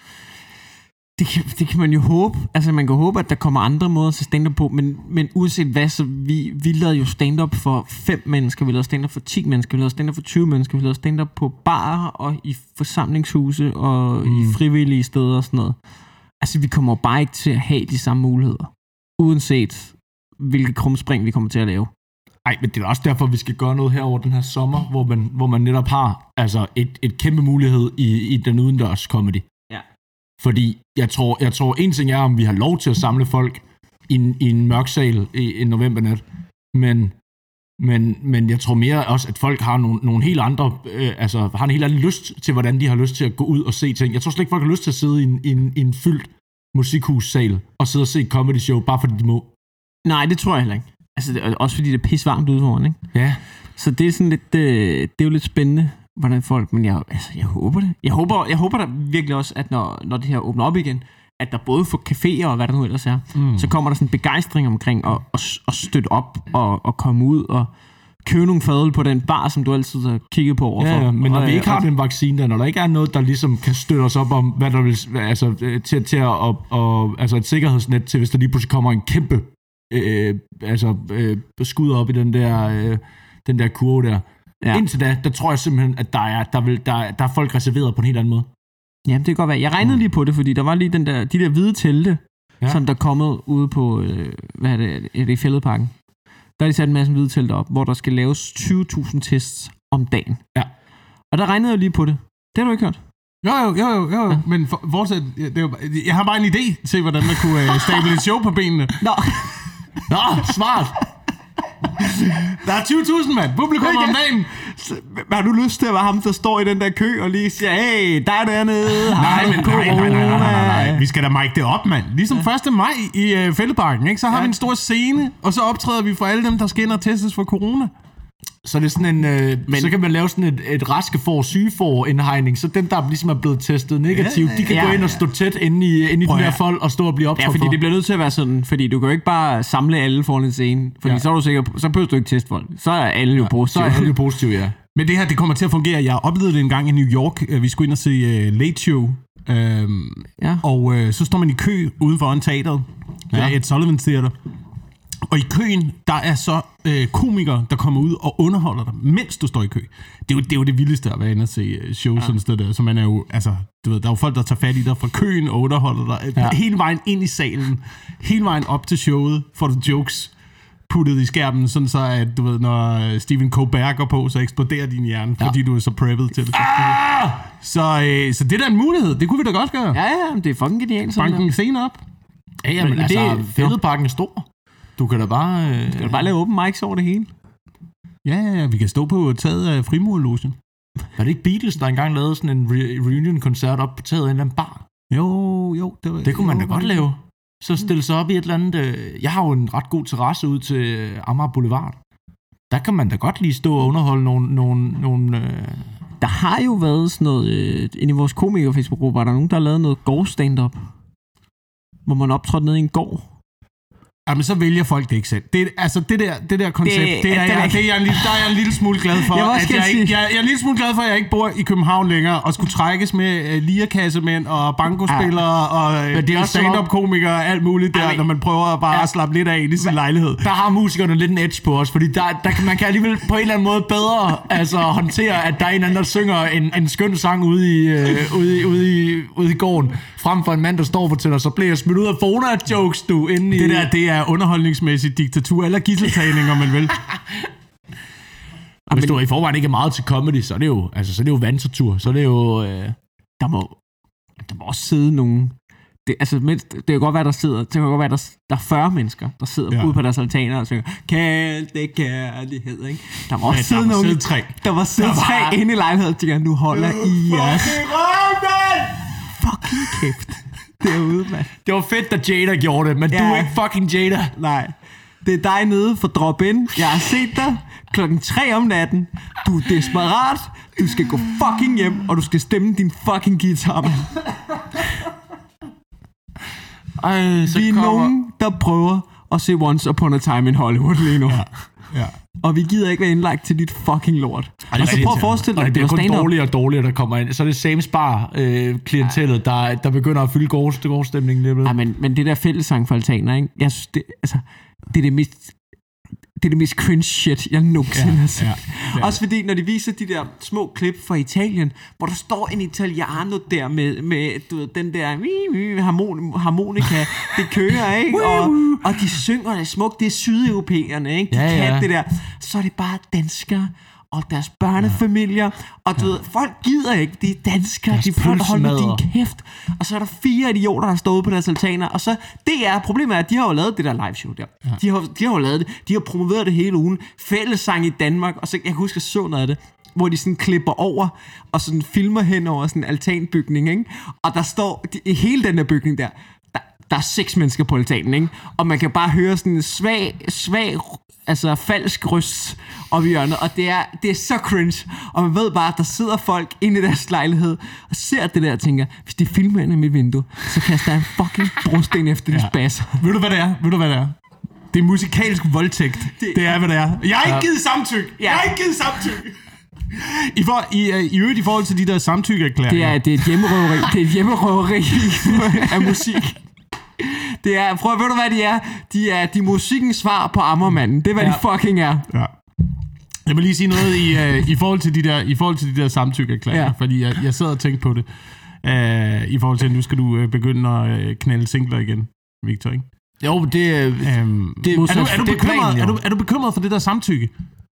[SPEAKER 4] Det kan, det kan man jo håbe. Altså, man kan håbe, at der kommer andre måder til stand-up på, men, men uanset hvad, så vi, vi lavede jo stand-up for fem mennesker, vi lavede stand-up for ti mennesker, vi lavede stand-up for tyve mennesker, vi lavede stand-up på barer og i forsamlingshuse og mm. i frivillige steder og sådan noget. Altså, vi kommer bare ikke til at have de samme muligheder, uanset hvilke krumspring vi kommer til at lave.
[SPEAKER 2] Ej, men det er også derfor, vi skal gøre noget her over den her sommer, hvor man, hvor man netop har altså et, et kæmpe mulighed i, i den udendørs comedy.
[SPEAKER 4] Ja.
[SPEAKER 2] Fordi jeg tror, jeg tror en ting er, om vi har lov til at samle folk i en, i en mørk sal i en novembernat, men, men, men jeg tror mere også, at folk har nogle, nogle helt andre, øh, altså har en helt anden lyst til, hvordan de har lyst til at gå ud og se ting. Jeg tror slet ikke, folk har lyst til at sidde i en, i en, i en fyldt musikhussal og sidde og se et comedy show, bare fordi de må.
[SPEAKER 4] Nej, det tror jeg heller ikke. Altså, det er også fordi det er pis varmt ude foran, ikke?
[SPEAKER 2] Ja.
[SPEAKER 4] Så det er sådan lidt, øh, det er jo lidt spændende, hvordan folk, men jeg, altså, jeg håber det. Jeg håber, jeg håber da virkelig også, at når, når det her åbner op igen, at der både for caféer og hvad der nu ellers er, mm. så kommer der sådan en begejstring omkring at, at, at støtte op og, og komme ud og købe nogle fadøl på den bar, som du altid har kigget på overfor.
[SPEAKER 2] Ja, men når
[SPEAKER 4] og,
[SPEAKER 2] vi ikke har
[SPEAKER 4] og,
[SPEAKER 2] den vaccine der, når der ikke er noget, der ligesom kan støtte os op om, hvad der vil, altså til, til at, og, og, altså et sikkerhedsnet til, hvis der lige pludselig kommer en kæmpe øh, altså øh, skud op i den der, øh, den der kurve der. Ja. Indtil da, der tror jeg simpelthen, at der er, der, vil, der, der er folk reserveret på en helt anden måde.
[SPEAKER 4] Jamen, det kan godt være. Jeg regnede mm. lige på det, fordi der var lige den der, de der hvide telte, ja. som der er kommet ude på, øh, hvad er det, er det i Fælledparken. Der er de sat en masse hvide telte op, hvor der skal laves tyve tusind tests om dagen.
[SPEAKER 2] Ja.
[SPEAKER 4] Og der regnede jeg lige på det. Det har du ikke hørt?
[SPEAKER 3] Jo, jo, jo, jo, jo. Ja. Men for, fortsæt, det er, jeg har bare en idé til, hvordan man kunne uh, stable et show på benene.
[SPEAKER 4] Nå.
[SPEAKER 2] Nå, smart.
[SPEAKER 3] Der er tyve tusind, mand. Publikum om dagen.
[SPEAKER 4] Har du lyst til at være ham, der står i den der kø og lige siger, hey, der er dernede.
[SPEAKER 3] Nej, men nej, nej, nej, nej, nej, nej. Vi skal da mic det op, mand. Ligesom ja. første maj i uh, Fælledparken, ikke? Så har ja. vi en stor scene, og så optræder vi for alle dem, der skal ind og testes for corona.
[SPEAKER 2] Så det er sådan en, øh, men, så kan man lave sådan et, et raske for syge for indhegning, så dem, der ligesom er blevet testet negativt, ja, de kan ja, gå ind og stå tæt inde i, inde i den her fold og stå og blive optrådt.
[SPEAKER 4] Ja, fordi for. Det bliver nødt til at være sådan, fordi du kan jo ikke bare samle alle foran en scene, fordi ja. så er du sikker, så behøver du ikke teste folk. Så er alle jo ja, positive.
[SPEAKER 2] Så er alle jo positive, ja.
[SPEAKER 3] Men det her, det kommer til at fungere. Jeg oplevede det en gang i New York. Vi skulle ind og se uh, Late Show, øhm, ja. og uh, så står man i kø uden for en teateret, ja. et Sullivan Theater. Og i køen, der er så øh, komikere, der kommer ud og underholder dig, mens du står i kø. Det er jo det, er jo det vildeste at være inde og se shows, ja. sådan sted der. Så man er jo, altså, du ved, der er jo folk, der tager fat i dig fra køen og underholder dig. Ja. Hele vejen ind i salen, hele vejen op til showet, får du jokes puttet i skærmen, sådan så, at du ved, når Stephen Colbert går på, så eksploderer din hjerne, ja. fordi du er så preppet til det.
[SPEAKER 2] Ah!
[SPEAKER 3] Så, øh, så det er da en mulighed. Det kunne vi da godt gøre.
[SPEAKER 4] Ja, ja, det er fucking genialt.
[SPEAKER 3] Banken en scene op.
[SPEAKER 2] Ja, ja, men, men altså, Fælledparken er stor. Du kan da bare... Øh,
[SPEAKER 4] du kan da bare lave open mics over det hele.
[SPEAKER 3] Ja, ja, vi kan stå på taget af Frimurlogen.
[SPEAKER 2] Var det ikke Beatles, der engang lavede sådan en re- reunion-koncert op på taget af en eller anden bar? Jo, jo. Det, var, det kunne man da godt lave. Så stille sig op i et eller andet... Øh, jeg har jo en ret god terrasse ud til Amager Boulevard. Der kan man da godt lige stå og underholde nogle... nogle, nogle øh...
[SPEAKER 4] Der har jo været sådan noget... Øh, inde i vores komiker-Facebook-gruppe, var der nogen, der har lavet noget gård-stand-up. Hvor man optrådte ned i en gård.
[SPEAKER 3] Jamen, så vælger folk det ikke selv. Det, altså, det der, det der koncept, det, det er, jeg, det er jeg en lille, der er jeg en lille smule glad for. Jeg, at jeg, ikke, jeg, jeg er en lille smule glad for, at jeg ikke bor i København længere, og skulle trækkes med uh, lirekassemænd og bankospillere ja. og uh, stand-up-komikere og alt muligt der, ja, når man prøver bare ja. at slappe lidt af i sin lejlighed.
[SPEAKER 2] Der har musikerne lidt en edge på os, fordi der, der kan, man kan alligevel på en eller anden måde bedre altså, håndtere, at der er en anden, der synger en, en skøn sang ude i, uh, ude, i, ude, i, ude i gården, frem for en mand, der står og fortæller, så bliver jeg smidt ud af Fona-jokes, du, inde i...
[SPEAKER 3] Det der, det er underholdningsmæssigt diktatur, eller gidseltagning, om man vil.
[SPEAKER 2] Hvis du i forvejen ikke er meget til comedy, så er det jo, altså, så er det jo vandtortur, så er det jo... Øh...
[SPEAKER 4] Der, må, der må også sidde nogen... Det, altså, det kan godt være, der sidder, det kan godt være, der, der er fyrre mennesker, der sidder ja. ude på deres altaner og synger, kald det kærlighed, ikke? Der må også ja, sidde
[SPEAKER 3] der
[SPEAKER 4] nogen...
[SPEAKER 3] Sidde tre.
[SPEAKER 4] Der var sidde der var... tre inde i lejligheden, og tænker, nu holder I jeres... Fucking kæft. Derude, mand.
[SPEAKER 2] Det var fedt, da Jada gjorde det, men ja. du er ikke fucking Jada.
[SPEAKER 4] Nej. Det er dig nede for drop-in. Jeg har set dig klokken tre om natten. Du er desperat. Du skal gå fucking hjem, og du skal stemme din fucking guitar, man. Ej, så vi er kommer... nogen, der prøver at se Once Upon a Time in Hollywood lige nu.
[SPEAKER 3] Ja. Ja.
[SPEAKER 4] Og vi gider ikke være indlagt til dit fucking lort.
[SPEAKER 2] Ej,
[SPEAKER 4] altså prøv at forestille dig,
[SPEAKER 2] det, det er kun dårligere og dårligere, der kommer ind. Så er det Sam's Bar øh, klientellet, ja. der, der begynder at fylde gårdstemningen.
[SPEAKER 4] Ja, men, men det der fællessang for altaner, ikke? Jeg synes, det, altså, det er det mest... Det er det mest cringe shit, jeg nogensinde ja, har set. Ja, ja. Også fordi, når de viser de der små klip fra Italien, hvor der står en italiano der med, med du ved, den der harmon, harmonika, det kører, ikke? Og, og de synger det smukt, det er sydeuropæerne, ikke? De ja, kan ja. det der. Så er det bare danskere og deres børnefamilier, ja. og du ja. ved, folk gider ikke, de er danskere, de folk holder din kæft, og så er der fire idioter, der står ude på deres altaner, og så, det er, problemet er, at de har jo lavet det der live show der, ja. de, har, de har jo lavet det, de har promoveret det hele ugen, fællessang i Danmark, og så, jeg kan huske, at jeg så noget af det, hvor de sådan klipper over, og sådan filmer hen over sådan en altanbygning, ikke? Og der står, i hele den der bygning der, der, der er seks mennesker på altanen, ikke? Og man kan bare høre sådan en svag, svag, altså falsk røst op i hjørnet, og det er, det er så cringe, og man ved bare, at der sidder folk inde i deres lejlighed, og ser det der og tænker, hvis de filmer ind i mit vindue, så kaster jeg en fucking brosten efter ja. de spasser.
[SPEAKER 3] Ved du, hvad det er? Ved du, hvad det er? Det er musikalsk voldtægt. Det, det er, hvad det er. Jeg har ikke givet samtykke. Ja. Jeg har ikke givet samtykke. I, for, i, I øvrigt i forhold til de der samtykkeerklæringer.
[SPEAKER 4] Det er, det er et hjemmerøveri. Det er et hjemmerøveri af musik. Det er, prøv at ved du hvad de er? De er de musikkens svar på Ammermanden. Det er hvad ja. de fucking er. Ja.
[SPEAKER 3] Jeg vil lige sige noget i, uh, i forhold til de der i forhold til de der samtykkeerklæringer, ja. fordi jeg, jeg sad og tænkte på det. Uh, I forhold til at nu skal du uh, begynde at uh, knalde singler igen, Victor, ikke?
[SPEAKER 2] Jo, det,
[SPEAKER 3] um, det, er, du, er, du bekymret, er, du, er du bekymret for det der samtykke?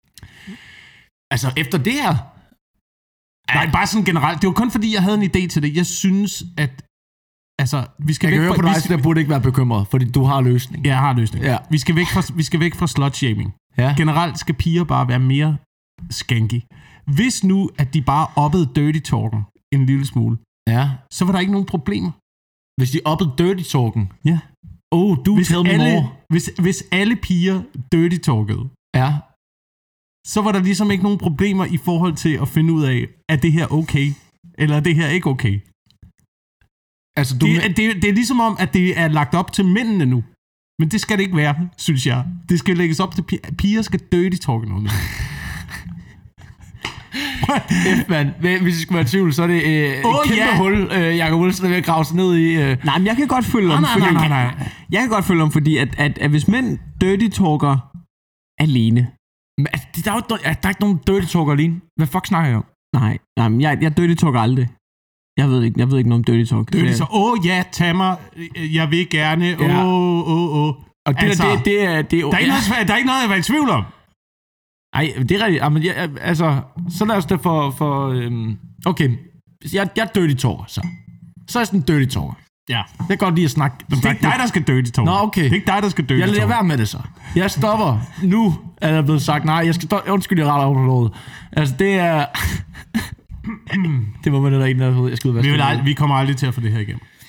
[SPEAKER 2] Altså efter det her?
[SPEAKER 3] Nej, bare sådan generelt. Det var kun fordi jeg havde en idé til det. Jeg synes at altså, vi skal
[SPEAKER 2] jeg kan høre på dig, så der burde ikke være bekymret, fordi du har løsning.
[SPEAKER 3] Ja, jeg har løsning. Ja. Vi skal væk fra, vi skal væk fra slut-shaming. Ja. Generelt skal piger bare være mere skanky. Hvis nu, at de bare oppede dirty talken en lille smule,
[SPEAKER 2] ja.
[SPEAKER 3] så var der ikke nogen problemer.
[SPEAKER 2] Hvis de oppede dirty talken?
[SPEAKER 3] Ja.
[SPEAKER 2] Oh, du
[SPEAKER 3] hvis
[SPEAKER 2] tell me
[SPEAKER 3] alle,
[SPEAKER 2] more.
[SPEAKER 3] Hvis, hvis alle piger dirty talkede,
[SPEAKER 2] ja.
[SPEAKER 3] så var der ligesom ikke nogen problemer i forhold til at finde ud af, er det her okay, eller er det her ikke okay. Altså, du det, det, det er ligesom om, at det er lagt op til mændene nu. Men det skal det ikke være, synes jeg. Det skal lægges op til piger. Piger skal dirty talke noget med.
[SPEAKER 2] F, man. Hvis det skal være tvivl, så er det øh, oh, et kæmpe yeah. hul, øh, Jacob Wilson er ved at grave sig ned i. Øh.
[SPEAKER 4] Nej, men jeg kan godt følge om.
[SPEAKER 3] Nej, nej, nej, nej, nej.
[SPEAKER 4] Jeg kan godt følge om, fordi at, at, at hvis mænd dirty talker alene.
[SPEAKER 2] Men, der, er jo, der er ikke nogen dirty talker alene. Hvad fuck snakker jeg om?
[SPEAKER 4] Nej, nej men jeg, jeg dirty talker aldrig. Jeg ved ikke, jeg ved ikke noget om dirty talk.
[SPEAKER 3] Dirty talk. Åh oh, ja, tag mig. Jeg vil gerne. Åh, åh, åh.
[SPEAKER 2] Og det, altså, det, det, er... Det,
[SPEAKER 3] der, er ikke ja. noget, der er ikke noget, jeg var i tvivl om.
[SPEAKER 2] Nej, det er rigtigt. Jamen, jeg, altså, så lad os det for... for øhm, okay, jeg, jeg dirty talker, så. Så er jeg sådan en dirty talker.
[SPEAKER 3] Ja.
[SPEAKER 2] Jeg kan godt lide at snakke...
[SPEAKER 3] Det er ikke dig, der skal dirty talk.
[SPEAKER 2] Nå, okay.
[SPEAKER 3] Det er ikke dig, der skal dirty talk.
[SPEAKER 2] Jeg lader være med det så. Jeg stopper. Nu er der blevet sagt, nej, jeg skal stoppe. Undskyld, jeg retter over noget. Altså, det er... det må man da ikke noget. Jeg skal ud,
[SPEAKER 3] vi, aldrig, vi kommer aldrig til at få det her igennem.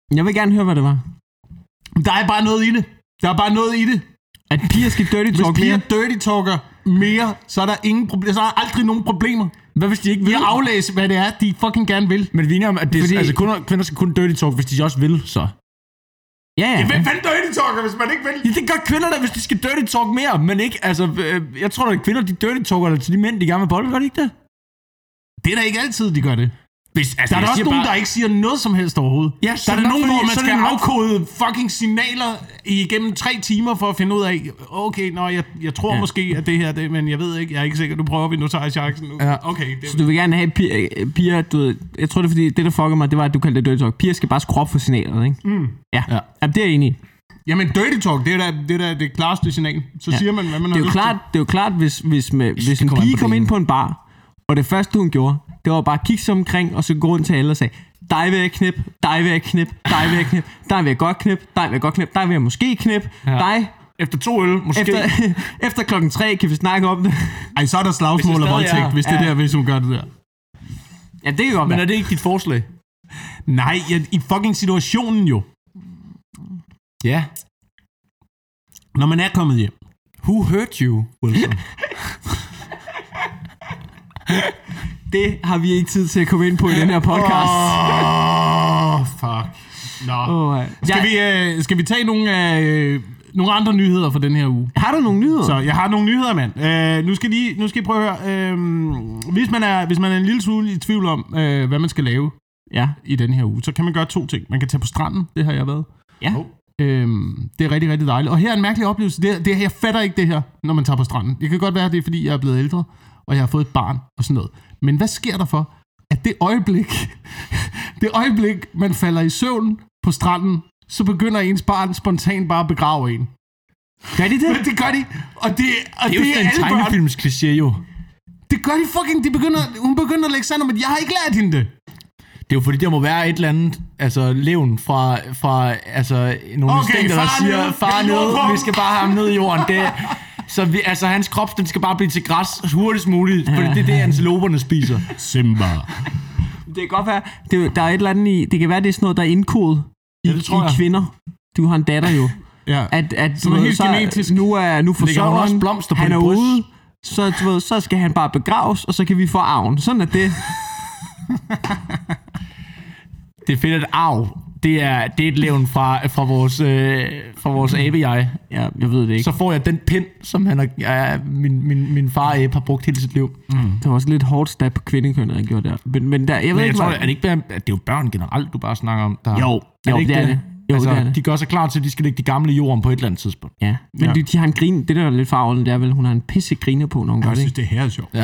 [SPEAKER 4] Jeg vil gerne høre, hvad det var.
[SPEAKER 3] Der er bare noget i det. Der er bare noget i det.
[SPEAKER 4] At piger skal dirty talk
[SPEAKER 3] Hvis piger
[SPEAKER 4] mere.
[SPEAKER 3] dirty talker mere, så er der ingen problemer. Så er der aldrig nogen problemer.
[SPEAKER 2] Hvad hvis de ikke vil?
[SPEAKER 3] Vi aflæser, hvad det er, de fucking gerne vil.
[SPEAKER 2] Men vi er enige om, at det,
[SPEAKER 4] Fordi-
[SPEAKER 2] altså, kun, kvinder skal kun dirty talk, hvis de også vil, så.
[SPEAKER 4] Ja, ja.
[SPEAKER 3] Hvem fanden dirty talker, hvis man ikke vil?
[SPEAKER 2] Ja, det gør kvinder da, hvis de skal dirty talk mere, men ikke, altså, øh, jeg tror da, at kvinder, de dirty talker til de mænd, de gerne vil bolle, gør de ikke det?
[SPEAKER 3] Det er da ikke altid, de gør det.
[SPEAKER 2] Hvis, altså,
[SPEAKER 3] Der er der
[SPEAKER 2] jeg
[SPEAKER 3] også
[SPEAKER 2] siger
[SPEAKER 3] nogen,
[SPEAKER 2] bare-
[SPEAKER 3] der ikke siger noget som helst overhovedet.
[SPEAKER 2] Ja,
[SPEAKER 3] der
[SPEAKER 2] så
[SPEAKER 3] er
[SPEAKER 2] er
[SPEAKER 3] der
[SPEAKER 2] det
[SPEAKER 3] nogen,
[SPEAKER 2] nok,
[SPEAKER 3] hvor
[SPEAKER 2] fordi-
[SPEAKER 3] man
[SPEAKER 2] så er
[SPEAKER 3] skal
[SPEAKER 2] det nok-
[SPEAKER 3] afkode fucking signaler igennem tre timer for at finde ud af, okay, nå, jeg, jeg tror
[SPEAKER 4] Ja.
[SPEAKER 3] måske, at det her, det, men jeg ved ikke, jeg er ikke sikker, nu prøver vi, nu tager jeg chancen nu.
[SPEAKER 2] Ja.
[SPEAKER 3] Okay, det,
[SPEAKER 4] Så du vil gerne have piger, piger du ved, jeg tror det er fordi, det der fucker mig, det var, at du kaldte det dirty talk. Piger skal bare skrue op for signalerne, ikke?
[SPEAKER 3] Mm.
[SPEAKER 4] Ja.
[SPEAKER 2] Ja.
[SPEAKER 4] ja. det er jeg enig i.
[SPEAKER 3] Jamen, dirty talk, det er da det, er da det klareste signal. Så
[SPEAKER 4] Ja.
[SPEAKER 3] siger man, hvad man
[SPEAKER 4] Det
[SPEAKER 3] har
[SPEAKER 4] er jo
[SPEAKER 3] lyst
[SPEAKER 4] klart, det er jo klart hvis, hvis, med, hvis
[SPEAKER 2] det
[SPEAKER 4] en
[SPEAKER 2] kommer an
[SPEAKER 4] pige
[SPEAKER 2] på
[SPEAKER 4] kom
[SPEAKER 2] det
[SPEAKER 4] ind
[SPEAKER 2] ene.
[SPEAKER 4] på en bar, og det første hun gjorde, det var bare at kigge sig omkring, og så gå rundt til alle og sige, dig vil jeg knip, dig vil jeg knip, dig vil jeg knip, dig vil jeg godt knip, dig vil jeg godt knip, dig vil jeg måske knip,
[SPEAKER 2] Ja.
[SPEAKER 4] dig.
[SPEAKER 2] Efter to øl, måske.
[SPEAKER 4] Efter, efter klokken tre kan vi snakke om det.
[SPEAKER 3] Ej, så er der slagsmål
[SPEAKER 2] Hvis det
[SPEAKER 3] og
[SPEAKER 2] stadig
[SPEAKER 3] voldtægt,
[SPEAKER 2] er-
[SPEAKER 3] hvis det er
[SPEAKER 4] ja.
[SPEAKER 3] der, hvis hun gør det der.
[SPEAKER 4] Ja, det kan godt
[SPEAKER 2] Men
[SPEAKER 4] være.
[SPEAKER 2] er det ikke dit forslag?
[SPEAKER 3] Nej, ja, i fucking situationen jo.
[SPEAKER 2] Ja.
[SPEAKER 3] Når man er kommet hjem.
[SPEAKER 2] Who hurt you, Wilson?
[SPEAKER 4] Det har vi ikke tid til at komme ind på i den her podcast.
[SPEAKER 3] Åh, oh, fuck. Nå.
[SPEAKER 4] Oh, ja.
[SPEAKER 3] Skal, vi, øh, skal vi tage nogle, øh, nogle andre nyheder for den her uge?
[SPEAKER 4] Har du nogle nyheder?
[SPEAKER 3] Så jeg har nogle nyheder, mand. Øh, nu, skal lige, nu skal I prøve at høre. Øh, hvis, man er, hvis man er en lille smule i tvivl om, øh, hvad man skal lave
[SPEAKER 4] Ja.
[SPEAKER 3] i den her uge, så kan man gøre to ting. Man kan tage på stranden, det har jeg været.
[SPEAKER 4] Ja.
[SPEAKER 3] Øhm, det er rigtig, rigtig dejligt. Og her er en mærkelig oplevelse. Det, det, jeg fatter ikke det her, når man tager på stranden. Det kan godt være, det er, fordi jeg er blevet ældre, og jeg har fået et barn og sådan noget. Men hvad sker der for, at det øjeblik, det øjeblik, man falder i søvn på stranden, så begynder ens barn spontant bare at begrave en.
[SPEAKER 4] Gør de det?
[SPEAKER 3] Det gør de. Og det, og
[SPEAKER 2] Det er jo sådan en
[SPEAKER 3] alle børn.
[SPEAKER 2] tegnefilms kliché, jo.
[SPEAKER 3] Det gør de fucking. De begynder, hun begynder at lægge sand om, at jeg har ikke lært hende det.
[SPEAKER 2] Det er jo fordi, der må være et eller andet, altså levn fra, fra altså, nogle
[SPEAKER 3] Okay,
[SPEAKER 2] instinkter, der
[SPEAKER 3] far
[SPEAKER 2] siger,
[SPEAKER 3] ned.
[SPEAKER 2] far
[SPEAKER 3] Ja,
[SPEAKER 2] ned,
[SPEAKER 3] jordbund."
[SPEAKER 2] vi skal bare have ham ned i jorden. Det, så vi, altså, hans krop, den skal bare blive til græs hurtigst muligt, fordi det er det, antiloperne spiser.
[SPEAKER 3] Simba.
[SPEAKER 4] Det kan godt være, det, er jo- der er et eller andet i, det kan være, det er sådan noget, der er indkodet i,
[SPEAKER 2] Ja, det tror
[SPEAKER 4] i
[SPEAKER 2] jeg.
[SPEAKER 4] kvinder. Du har en datter jo.
[SPEAKER 3] Ja.
[SPEAKER 4] At, at
[SPEAKER 3] Som er
[SPEAKER 4] du ved,
[SPEAKER 3] helt
[SPEAKER 4] så,
[SPEAKER 3] genetisk.
[SPEAKER 4] Nu er nu
[SPEAKER 2] Ligger hun
[SPEAKER 4] forsørger
[SPEAKER 2] også
[SPEAKER 4] han,
[SPEAKER 2] blomster på
[SPEAKER 4] han
[SPEAKER 2] dit
[SPEAKER 4] er
[SPEAKER 2] bryst?
[SPEAKER 4] ude, så, du ved, så skal han bare begraves, og så kan vi få arven. Sådan er det.
[SPEAKER 2] Det er fedt, at arv, det er, det er et levn fra, fra vores, øh, fra vores abe-jeg.
[SPEAKER 4] Ja, jeg ved det ikke.
[SPEAKER 2] Så får jeg den pind, som han har, ja, min, min, min far abe har brugt hele sit liv.
[SPEAKER 3] Mm.
[SPEAKER 4] Det var også lidt hårdt stab på kvindekønnet, han gjorde der. Men, men der, jeg ved
[SPEAKER 2] Men jeg
[SPEAKER 4] ikke,
[SPEAKER 2] tror,
[SPEAKER 4] hvad...
[SPEAKER 2] er det ikke bare, at det er jo børn generelt, du bare snakker om? Der,
[SPEAKER 4] Jo, jo,
[SPEAKER 2] ikke
[SPEAKER 4] det er det. Jo,
[SPEAKER 2] altså,
[SPEAKER 4] det er det.
[SPEAKER 2] de gør sig klar til, at de skal lægge de gamle i jorden på et eller andet tidspunkt.
[SPEAKER 4] Ja, men
[SPEAKER 3] Ja.
[SPEAKER 4] De, de har en grin. Det der er lidt farvende, det er vel, hun har en pisse griner på, når hun gør
[SPEAKER 3] Jeg
[SPEAKER 4] det.
[SPEAKER 3] synes,
[SPEAKER 4] Ikke?
[SPEAKER 3] det her er sjovt.
[SPEAKER 2] Ja.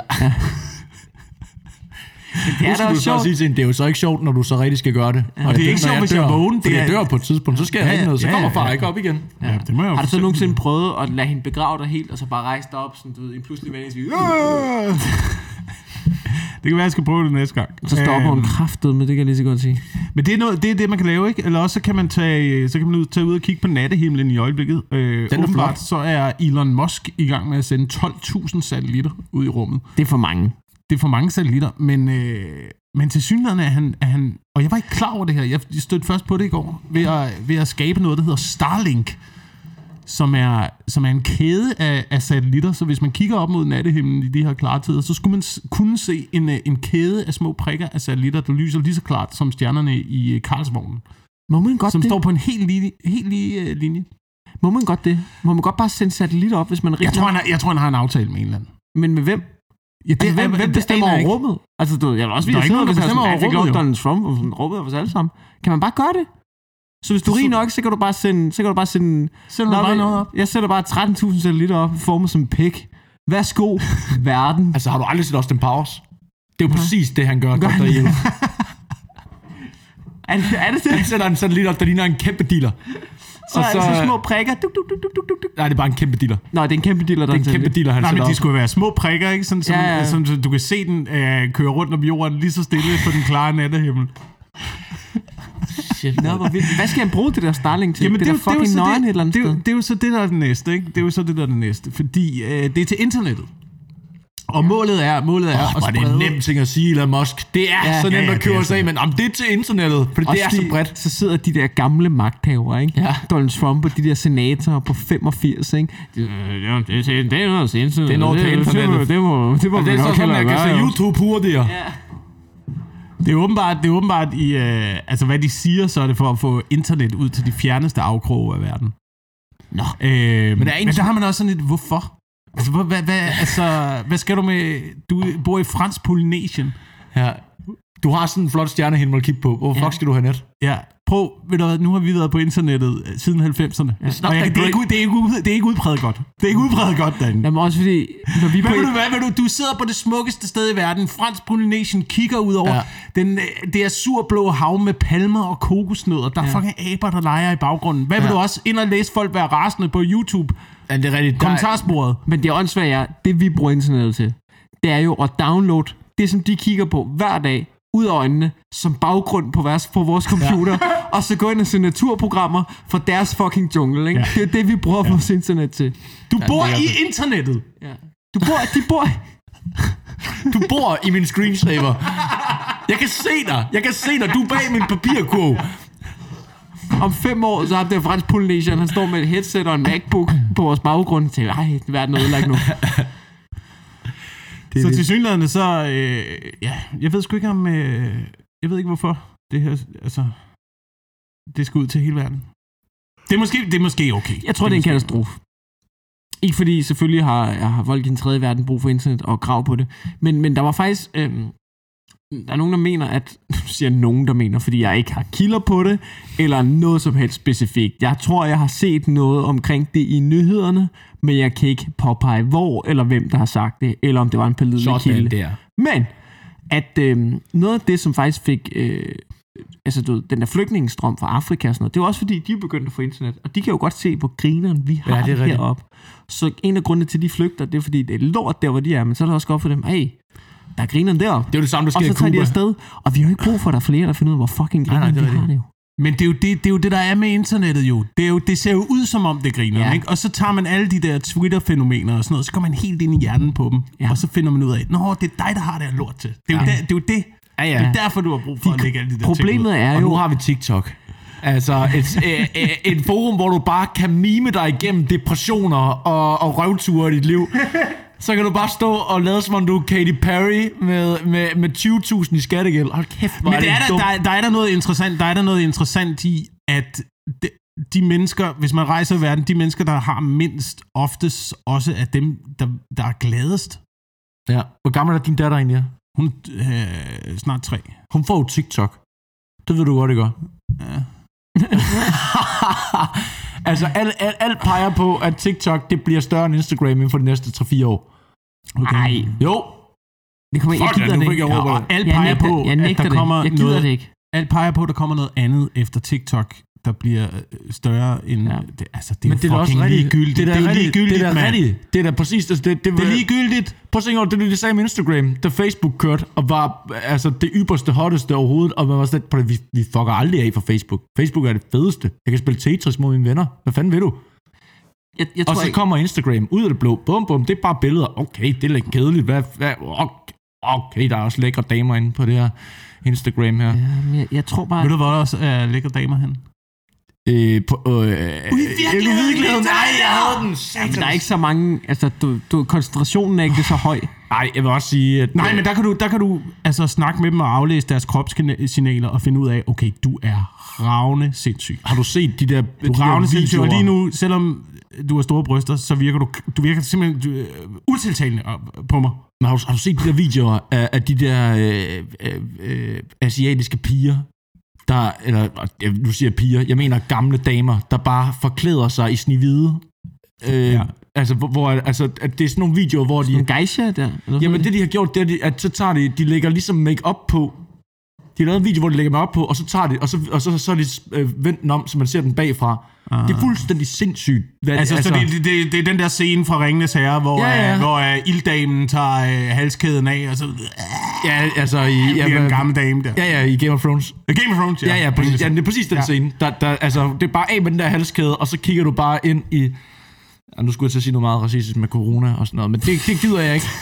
[SPEAKER 4] Det er da
[SPEAKER 2] du
[SPEAKER 4] også
[SPEAKER 2] så
[SPEAKER 4] sjovt.
[SPEAKER 2] sige til hende, det er jo så ikke sjovt, når du så rigtig skal gøre det.
[SPEAKER 3] Og det er ikke sjovt, hvis jeg er vågen.
[SPEAKER 2] Det
[SPEAKER 3] Det
[SPEAKER 2] er
[SPEAKER 3] er-
[SPEAKER 2] dør på et tidspunkt, så skal jeg
[SPEAKER 3] Ja,
[SPEAKER 2] ikke noget, så
[SPEAKER 3] ja,
[SPEAKER 2] kommer
[SPEAKER 3] ja,
[SPEAKER 2] far
[SPEAKER 3] ja.
[SPEAKER 2] ikke op igen.
[SPEAKER 3] Ja, det må jeg jo
[SPEAKER 4] Har du så
[SPEAKER 3] forstå.
[SPEAKER 4] nogensinde prøvet at lade hende begrave dig helt, og så bare rejse dig op, sådan, du ved, en pludselig vand, og sige, "Åh!"
[SPEAKER 3] Det kan være, jeg skal prøve det næste gang.
[SPEAKER 4] så stopper hun
[SPEAKER 3] Øhm,
[SPEAKER 4] kraftet, men det kan jeg lige så godt sige.
[SPEAKER 3] Men det er, noget, det er det, man kan lave, ikke? Eller også så kan man tage, så kan man ud, tage ud og kigge på nattehimlen i øjeblikket. Øh,
[SPEAKER 2] Den er
[SPEAKER 3] åbenbart,
[SPEAKER 2] flot.
[SPEAKER 3] så er Elon Musk i gang med at sende tolv tusind satellitter ud i rummet.
[SPEAKER 4] Det er for mange.
[SPEAKER 3] Det er for mange satellitter, men, øh, men til synligheden er han, er han... Og jeg var ikke klar over det her. Jeg stødte først på det i går, ved at, ved at skabe noget, der hedder Starlink, som er, som er en kæde af, af satellitter. Så hvis man kigger op mod nattehimlen i de her klare tider, så skulle man s- kunne se en, øh, en kæde af små prikker af satellitter, der lyser lige så klart som stjernerne i øh, Karlsvognen,
[SPEAKER 4] Må man godt
[SPEAKER 3] som
[SPEAKER 4] det?
[SPEAKER 3] står på en helt lige, helt lige øh, linje.
[SPEAKER 4] Må man godt det? Må man godt bare sende satellitter op, hvis man er
[SPEAKER 3] Jeg
[SPEAKER 4] rigtig
[SPEAKER 3] tror, han har, jeg tror, han har en aftale med en eller anden.
[SPEAKER 4] Men med hvem?
[SPEAKER 3] Ja, det,
[SPEAKER 4] Altså, hvem, hvem bestemmer over rummet? Altså, du, jeg vil også
[SPEAKER 3] Der er
[SPEAKER 4] vide,
[SPEAKER 3] ikke nogen, der
[SPEAKER 4] hvis
[SPEAKER 3] bestemmer over
[SPEAKER 4] jeg fik
[SPEAKER 3] rummet,
[SPEAKER 4] lov
[SPEAKER 3] jo.
[SPEAKER 4] Donald Trump, og sådan rummet af os alle sammen. Kan man bare gøre det? Så hvis du er rig nok, så kan du bare sende... Så kan du bare sende
[SPEAKER 3] Sætter du
[SPEAKER 4] Nå,
[SPEAKER 3] bare
[SPEAKER 4] men-
[SPEAKER 3] noget op?
[SPEAKER 4] Jeg sætter bare tretten tusind satellitter op, formet som en pik. Værsgo, verden.
[SPEAKER 2] Altså, har du aldrig set Austin Powers? Det er jo præcis det, han gør,
[SPEAKER 4] Gør
[SPEAKER 2] doktor
[SPEAKER 4] han?
[SPEAKER 2] Yellow.
[SPEAKER 4] Er det er det?
[SPEAKER 2] Han
[SPEAKER 4] det?
[SPEAKER 2] sætter en satellit op, der ligner en kæmpe dealer.
[SPEAKER 4] Så, så, så små prikker. Duk, duk, duk, duk, duk, duk, duk.
[SPEAKER 2] Nej, det er bare en kæmpe dealer.
[SPEAKER 4] Nå, det er en kæmpe dealer, der
[SPEAKER 2] Det er en kæmpe dealer, han
[SPEAKER 3] Nej,
[SPEAKER 2] sætter
[SPEAKER 3] men de
[SPEAKER 2] op.
[SPEAKER 3] skulle være små prikker, ikke? Sådan, som,
[SPEAKER 4] Ja,
[SPEAKER 3] ja,
[SPEAKER 4] ja.
[SPEAKER 3] ja. Som, så du kan se den øh, køre rundt om jorden lige så stille på den klare nattehimmel.
[SPEAKER 2] Shit,
[SPEAKER 4] Nå, hvor vildt. Hvad skal han bruge det der Starlink til?
[SPEAKER 3] Jamen,
[SPEAKER 4] det, det er
[SPEAKER 3] jo- jo
[SPEAKER 4] fucking
[SPEAKER 3] så
[SPEAKER 4] nøgen et eller
[SPEAKER 3] det,
[SPEAKER 4] andet
[SPEAKER 3] det, er jo-
[SPEAKER 4] sted.
[SPEAKER 3] det er jo så det, der er det næste, ikke? Det er jo så det, der er det næste. Fordi øh, det er til internettet. Og målet er, målet er
[SPEAKER 2] oh,
[SPEAKER 3] at sprede...
[SPEAKER 2] det er nemt ting at sige, Elon Musk. Det er ja, så nemt ja, ja, at købe sig af, men om det er til internettet, for det er så bredt.
[SPEAKER 4] Så sidder de der gamle magthavere, ikke? Ja. Donald Trump og de der senatorer på femogfirs, ikke? Det, ja, det, det, det er noget til internettet.
[SPEAKER 2] Det er noget til internettet.
[SPEAKER 4] Det må, det må
[SPEAKER 2] det er så sådan, jeg kan se YouTube hurtigere. Ja.
[SPEAKER 3] Det er åbenbart, det er åbenbart i, øh, altså hvad de siger, så er det for at få internet ud til de fjerneste afkroge af verden.
[SPEAKER 4] Nå.
[SPEAKER 3] Øh, men, der men der har man også sådan lidt, hvorfor? Altså, hvad, hvad, hvad, altså, hvad skal du med, du bor i fransk Polynesien.
[SPEAKER 2] Ja. Du har sådan en flot stjernehimmel at kigge på. Hvorfor ja. skal du have net?
[SPEAKER 3] Ja. Prøv, ved du hvad, nu har vi været på internettet siden halvfemserne. Ja. Og jeg, det, er ikke, det, er ikke, det er ikke udpræget godt. Det er ikke udpræget godt, Dan.
[SPEAKER 4] Jamen også fordi... Når vi
[SPEAKER 3] hvad vil du, hvad vil du? Du sidder på det smukkeste sted i verden. Fransk Polynesien kigger ud over ja. den, det er surblå hav med palmer og kokosnødder. Der er ja. fucking aber, der leger i baggrunden. Hvad ja. vil du også ind og læse folk være rasende på YouTube?
[SPEAKER 2] Ja, det er rigtigt.
[SPEAKER 3] Kommentarsporet.
[SPEAKER 4] Men det er åndssvagt, ja. Det vi bruger internettet til, det er jo at downloade det, som de kigger på hver dag, ud af øjnene, som baggrund på vores, på vores computer, ja. og så gå ind og se naturprogrammer for deres fucking jungle, ikke? Ja. Det er det, vi bruger ja. vores internet til.
[SPEAKER 3] Du ja, bor i det. internettet!
[SPEAKER 4] Ja. Du bor... De bor...
[SPEAKER 2] Du bor i min screensaver. Jeg kan se dig! Jeg kan se dig! Du er bag min papirkurv.
[SPEAKER 4] Om fem år, så har det fransk Polynesien, han står med et headset og en MacBook på vores baggrund, til, ej, verden er ødelagt nu.
[SPEAKER 3] Så til synligheden, så, øh, ja, jeg ved sgu ikke om, øh, jeg ved ikke hvorfor, det her, altså, det skal ud til hele verden. Det er måske, det er måske okay.
[SPEAKER 4] Jeg tror, det er, det er en katastrofe. Ikke fordi, selvfølgelig har, har folk i den tredje verden brug for internet og krav på det, men, men der var faktisk, øh, der er nogen, der mener, at, nu siger jeg nogen, der mener, fordi jeg ikke har kilder på det, eller noget som helst specifikt. Jeg tror, jeg har set noget omkring det i nyhederne, men jeg kan ikke påpege, hvor eller hvem, der har sagt det, eller om det var en pålidelig kilde.
[SPEAKER 2] Der.
[SPEAKER 4] Men, at øh, noget af det, som faktisk fik, øh, altså du ved, den der flygtningestrøm fra Afrika og sådan noget, det var også fordi, de er begyndt at få internet, og de kan jo godt se, hvor grineren vi har ja, det det heroppe. Så en af grundene til, de flygter, det er fordi, det er lort der, hvor de er, men så er det også godt for dem, hey, der er grineren deroppe.
[SPEAKER 2] Det er jo det samme, der sker i
[SPEAKER 4] Cuba. Og så tager de afsted, og vi har jo ikke brug for, at der er flere, der finder ud af, hvor fucking grineren vi har det jo.
[SPEAKER 3] Men det er, jo det, det er jo det, der er med internettet jo. Det, er jo, det ser jo ud som om, det griner, ja. ikke? Og så tager man alle de der Twitter-fænomener og sådan noget, så går man helt ind i hjernen på dem, ja. og så finder man ud af, nå, det er dig, der har det her lort til. Det er, ja. jo, der, det, er jo det. Ja, ja. Det er derfor, du har brug for de, at lægge alle de der
[SPEAKER 4] problemet ting er jo...
[SPEAKER 2] Og nu har vi TikTok. Altså et, et, et forum, hvor du bare kan mime dig igennem depressioner og, og røvture i dit liv. Så kan du bare stå og lade som om du er Katy Perry med, med, med tyve tusind i skattegæld. Hold kæft, hvor
[SPEAKER 3] Men
[SPEAKER 2] er det,
[SPEAKER 3] det er der, der, der er der noget interessant, der er der noget interessant i, at de, de mennesker, hvis man rejser i verden, de mennesker, der har mindst, oftest også er dem, der, der er gladest.
[SPEAKER 2] Ja. Hvor gammel er din datter egentlig?
[SPEAKER 3] Hun er øh, snart tre.
[SPEAKER 2] Hun får jo TikTok. Det ved du godt, det gør.
[SPEAKER 3] Ja.
[SPEAKER 2] Altså, alt, alt, alt peger på, at TikTok, det bliver større end Instagram inden for de næste tre fire år.
[SPEAKER 4] Okay. Ej.
[SPEAKER 2] Jo.
[SPEAKER 4] Det kommer
[SPEAKER 2] Fuck,
[SPEAKER 4] jeg gider det
[SPEAKER 2] ikke.
[SPEAKER 3] Ja, og alt peger
[SPEAKER 4] nægter,
[SPEAKER 3] på,
[SPEAKER 4] at der kommer
[SPEAKER 3] det.
[SPEAKER 4] noget...
[SPEAKER 3] Det
[SPEAKER 4] ikke.
[SPEAKER 3] Alt peger på, at der kommer noget andet efter TikTok, der bliver større end... Ja. Det, altså, det er
[SPEAKER 2] Men det er
[SPEAKER 3] fucking
[SPEAKER 2] også
[SPEAKER 3] ligegyldigt.
[SPEAKER 2] Det er da ligegyldigt,
[SPEAKER 3] det er
[SPEAKER 2] da rigtigt. Det er da præcis... Det, det, det,
[SPEAKER 3] det er ligegyldigt.
[SPEAKER 2] Prøv at tænke over, det er det samme med Instagram, da Facebook kørte, og var altså, det ypperste, hotteste overhovedet, og man var sådan på det, vi, vi fucker aldrig af for Facebook. Facebook er det fedeste. Jeg kan spille Tetris mod mine venner. Hvad fanden vil du?
[SPEAKER 4] Jeg, jeg
[SPEAKER 2] og så ikke... kommer Instagram ud af det blå. Bum, bum, det er bare billeder. Okay, det er lidt kedeligt. Hvad, hvad, okay, der er også lækre damer inde på det her Instagram her.
[SPEAKER 4] Ja, jeg, jeg tror bare...
[SPEAKER 3] Ved du, hvor der også er lækre damer hen?
[SPEAKER 2] Øh, på, øh,
[SPEAKER 3] Ui, virkeligheden!
[SPEAKER 2] Nej, jeg havde den!
[SPEAKER 4] Ja, men der er ikke så mange... Altså, du, du, koncentrationen er ikke så høj.
[SPEAKER 2] Nej, jeg vil også sige, at...
[SPEAKER 3] Nej, men der kan du, der kan du altså snakke med dem og aflæse deres kropssignaler og finde ud af, okay, du er ravne sindssyg.
[SPEAKER 2] Har du set de der,
[SPEAKER 3] du
[SPEAKER 2] de
[SPEAKER 3] ravne
[SPEAKER 2] der
[SPEAKER 3] sindssyg, og lige nu, selvom du har store bryster, så virker du, du virker simpelthen du, uh, utiltalende på mig.
[SPEAKER 2] Men har du, har du set de der videoer af, af de der øh, øh, øh, asiatiske piger, der, eller nu siger jeg piger, jeg mener gamle damer, der bare forklæder sig i snehvide. Øh, ja. Altså, hvor, altså, at det er sådan nogle videoer, hvor de...
[SPEAKER 4] En geisha der? Eller
[SPEAKER 2] jamen, det de har gjort, det er, at så tager de, de lægger ligesom make-up på. De har lavet en video, hvor de lægger make-up på, og så tager de, og så, og så, så er de øh, vendt den om, så man ser den bagfra. Ah. Det er fuldstændig sindssygt. Hvad,
[SPEAKER 3] altså, altså, så det, det, det er den der scene fra Ringenes Herre, hvor, ja, ja. Uh, hvor uh, ilddamen tager uh, halskæden af, og så... Uh,
[SPEAKER 2] ja, altså... I,
[SPEAKER 3] ja, bliver en gammel dame der.
[SPEAKER 2] Ja, ja, i Game of Thrones.
[SPEAKER 3] Game of Thrones, ja.
[SPEAKER 2] Ja, ja, præcis, ja det er præcis den ja. scene. Der, der, altså, det er bare af med den der halskæde, og så kigger du bare ind i... Ja, nu skulle jeg til at sige noget meget racistisk med corona og sådan noget, men det, det gider jeg ikke.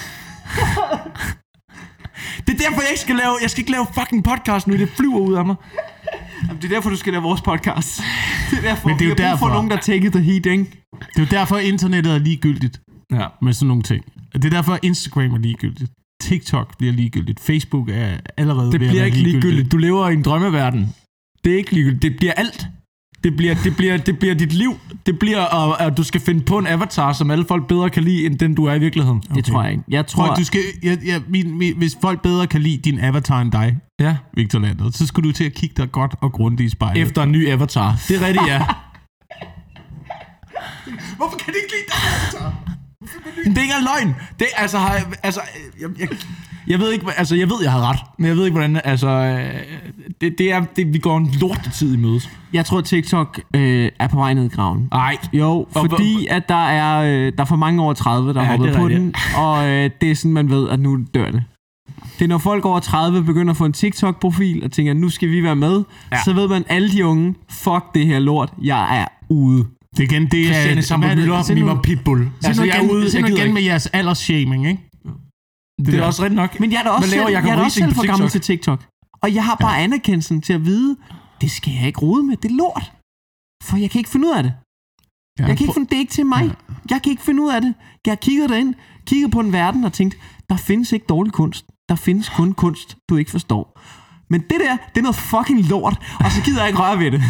[SPEAKER 2] Det er derfor, jeg ikke skal lave, jeg skal ikke lave fucking podcast nu. Det flyver ud af mig.
[SPEAKER 4] Jamen, det er derfor, du skal lave vores podcast. Det er derfor,
[SPEAKER 3] Men det er jo
[SPEAKER 4] vi har brug for
[SPEAKER 3] derfor.
[SPEAKER 4] nogen, der tager the heat, ikke?
[SPEAKER 3] Det er jo derfor, internettet er ligegyldigt
[SPEAKER 2] Ja.
[SPEAKER 3] med sådan nogle ting. Det er derfor, Instagram er ligegyldigt. TikTok bliver ligegyldigt. Facebook er allerede
[SPEAKER 2] Det
[SPEAKER 3] ved at
[SPEAKER 2] bliver
[SPEAKER 3] være
[SPEAKER 2] ikke ligegyldigt. Du lever i en drømmeverden. Det er ikke ligegyldigt. Det bliver alt. Det bliver, det bliver, det bliver dit liv. Det bliver, at, at du skal finde på en avatar, som alle folk bedre kan lide, end den du er i virkeligheden.
[SPEAKER 4] Okay. Det tror jeg ikke. Jeg tror,
[SPEAKER 3] Tror, du skal, ja, ja, min, min, hvis folk bedre kan lide din avatar end dig,
[SPEAKER 2] Ja.
[SPEAKER 3] Victor Lander, så skulle du til at kigge dig godt og grundigt i spejlet.
[SPEAKER 2] Efter en ny avatar. Det er rigtigt, ja. Hvorfor kan de ikke lide den avatar? Det er ikke engang løgn. Det er altså, har jeg, altså jeg, jeg, jeg ved ikke, altså jeg ved, jeg har ret, men jeg ved ikke, hvordan, altså, det, det er, det, vi går en lortetid i mødes.
[SPEAKER 4] jeg tror, TikTok øh, er på vej ned i graven.
[SPEAKER 2] Ej.
[SPEAKER 4] Jo, fordi at der er, øh, der er for mange over tredive, der
[SPEAKER 2] Ja,
[SPEAKER 4] har hoppet
[SPEAKER 2] det er
[SPEAKER 4] på
[SPEAKER 2] rigtigt.
[SPEAKER 4] den, og øh, det er sådan, man ved, at nu dør det. Det er, når folk over tredive begynder at få en TikTok-profil og tænker, nu skal vi være med,
[SPEAKER 2] Ja.
[SPEAKER 4] så ved man, alle de unge, fuck det her lort, jeg er ude.
[SPEAKER 3] Det er igen, det er...
[SPEAKER 2] Christiane Sambo Møller, mimer Pitbull.
[SPEAKER 3] Altså, jeg er ude, jeg igen med jeres aldersshaming, ikke?
[SPEAKER 2] Det, det er også rigtigt nok.
[SPEAKER 4] Men jeg er da også
[SPEAKER 2] Hvad laver
[SPEAKER 4] selv, jeg
[SPEAKER 2] Jacob
[SPEAKER 4] er da også
[SPEAKER 2] Riising
[SPEAKER 4] selv
[SPEAKER 2] på
[SPEAKER 4] for gammel
[SPEAKER 2] TikTok?
[SPEAKER 4] til TikTok. Og jeg har bare ja. anerkendelsen til at vide, det skal jeg ikke rode med, det er lort. For jeg kan ikke finde ud af det.
[SPEAKER 3] Ja,
[SPEAKER 4] Jeg kan ikke finde, det er ikke til mig.
[SPEAKER 3] Ja.
[SPEAKER 4] Jeg kan ikke finde ud af det. Jeg har kigget derind, kigget på en verden og tænkt, der findes ikke dårlig kunst. Der findes kun kunst, du ikke forstår. Men det der, det er noget fucking lort, og så gider jeg ikke røre ved det.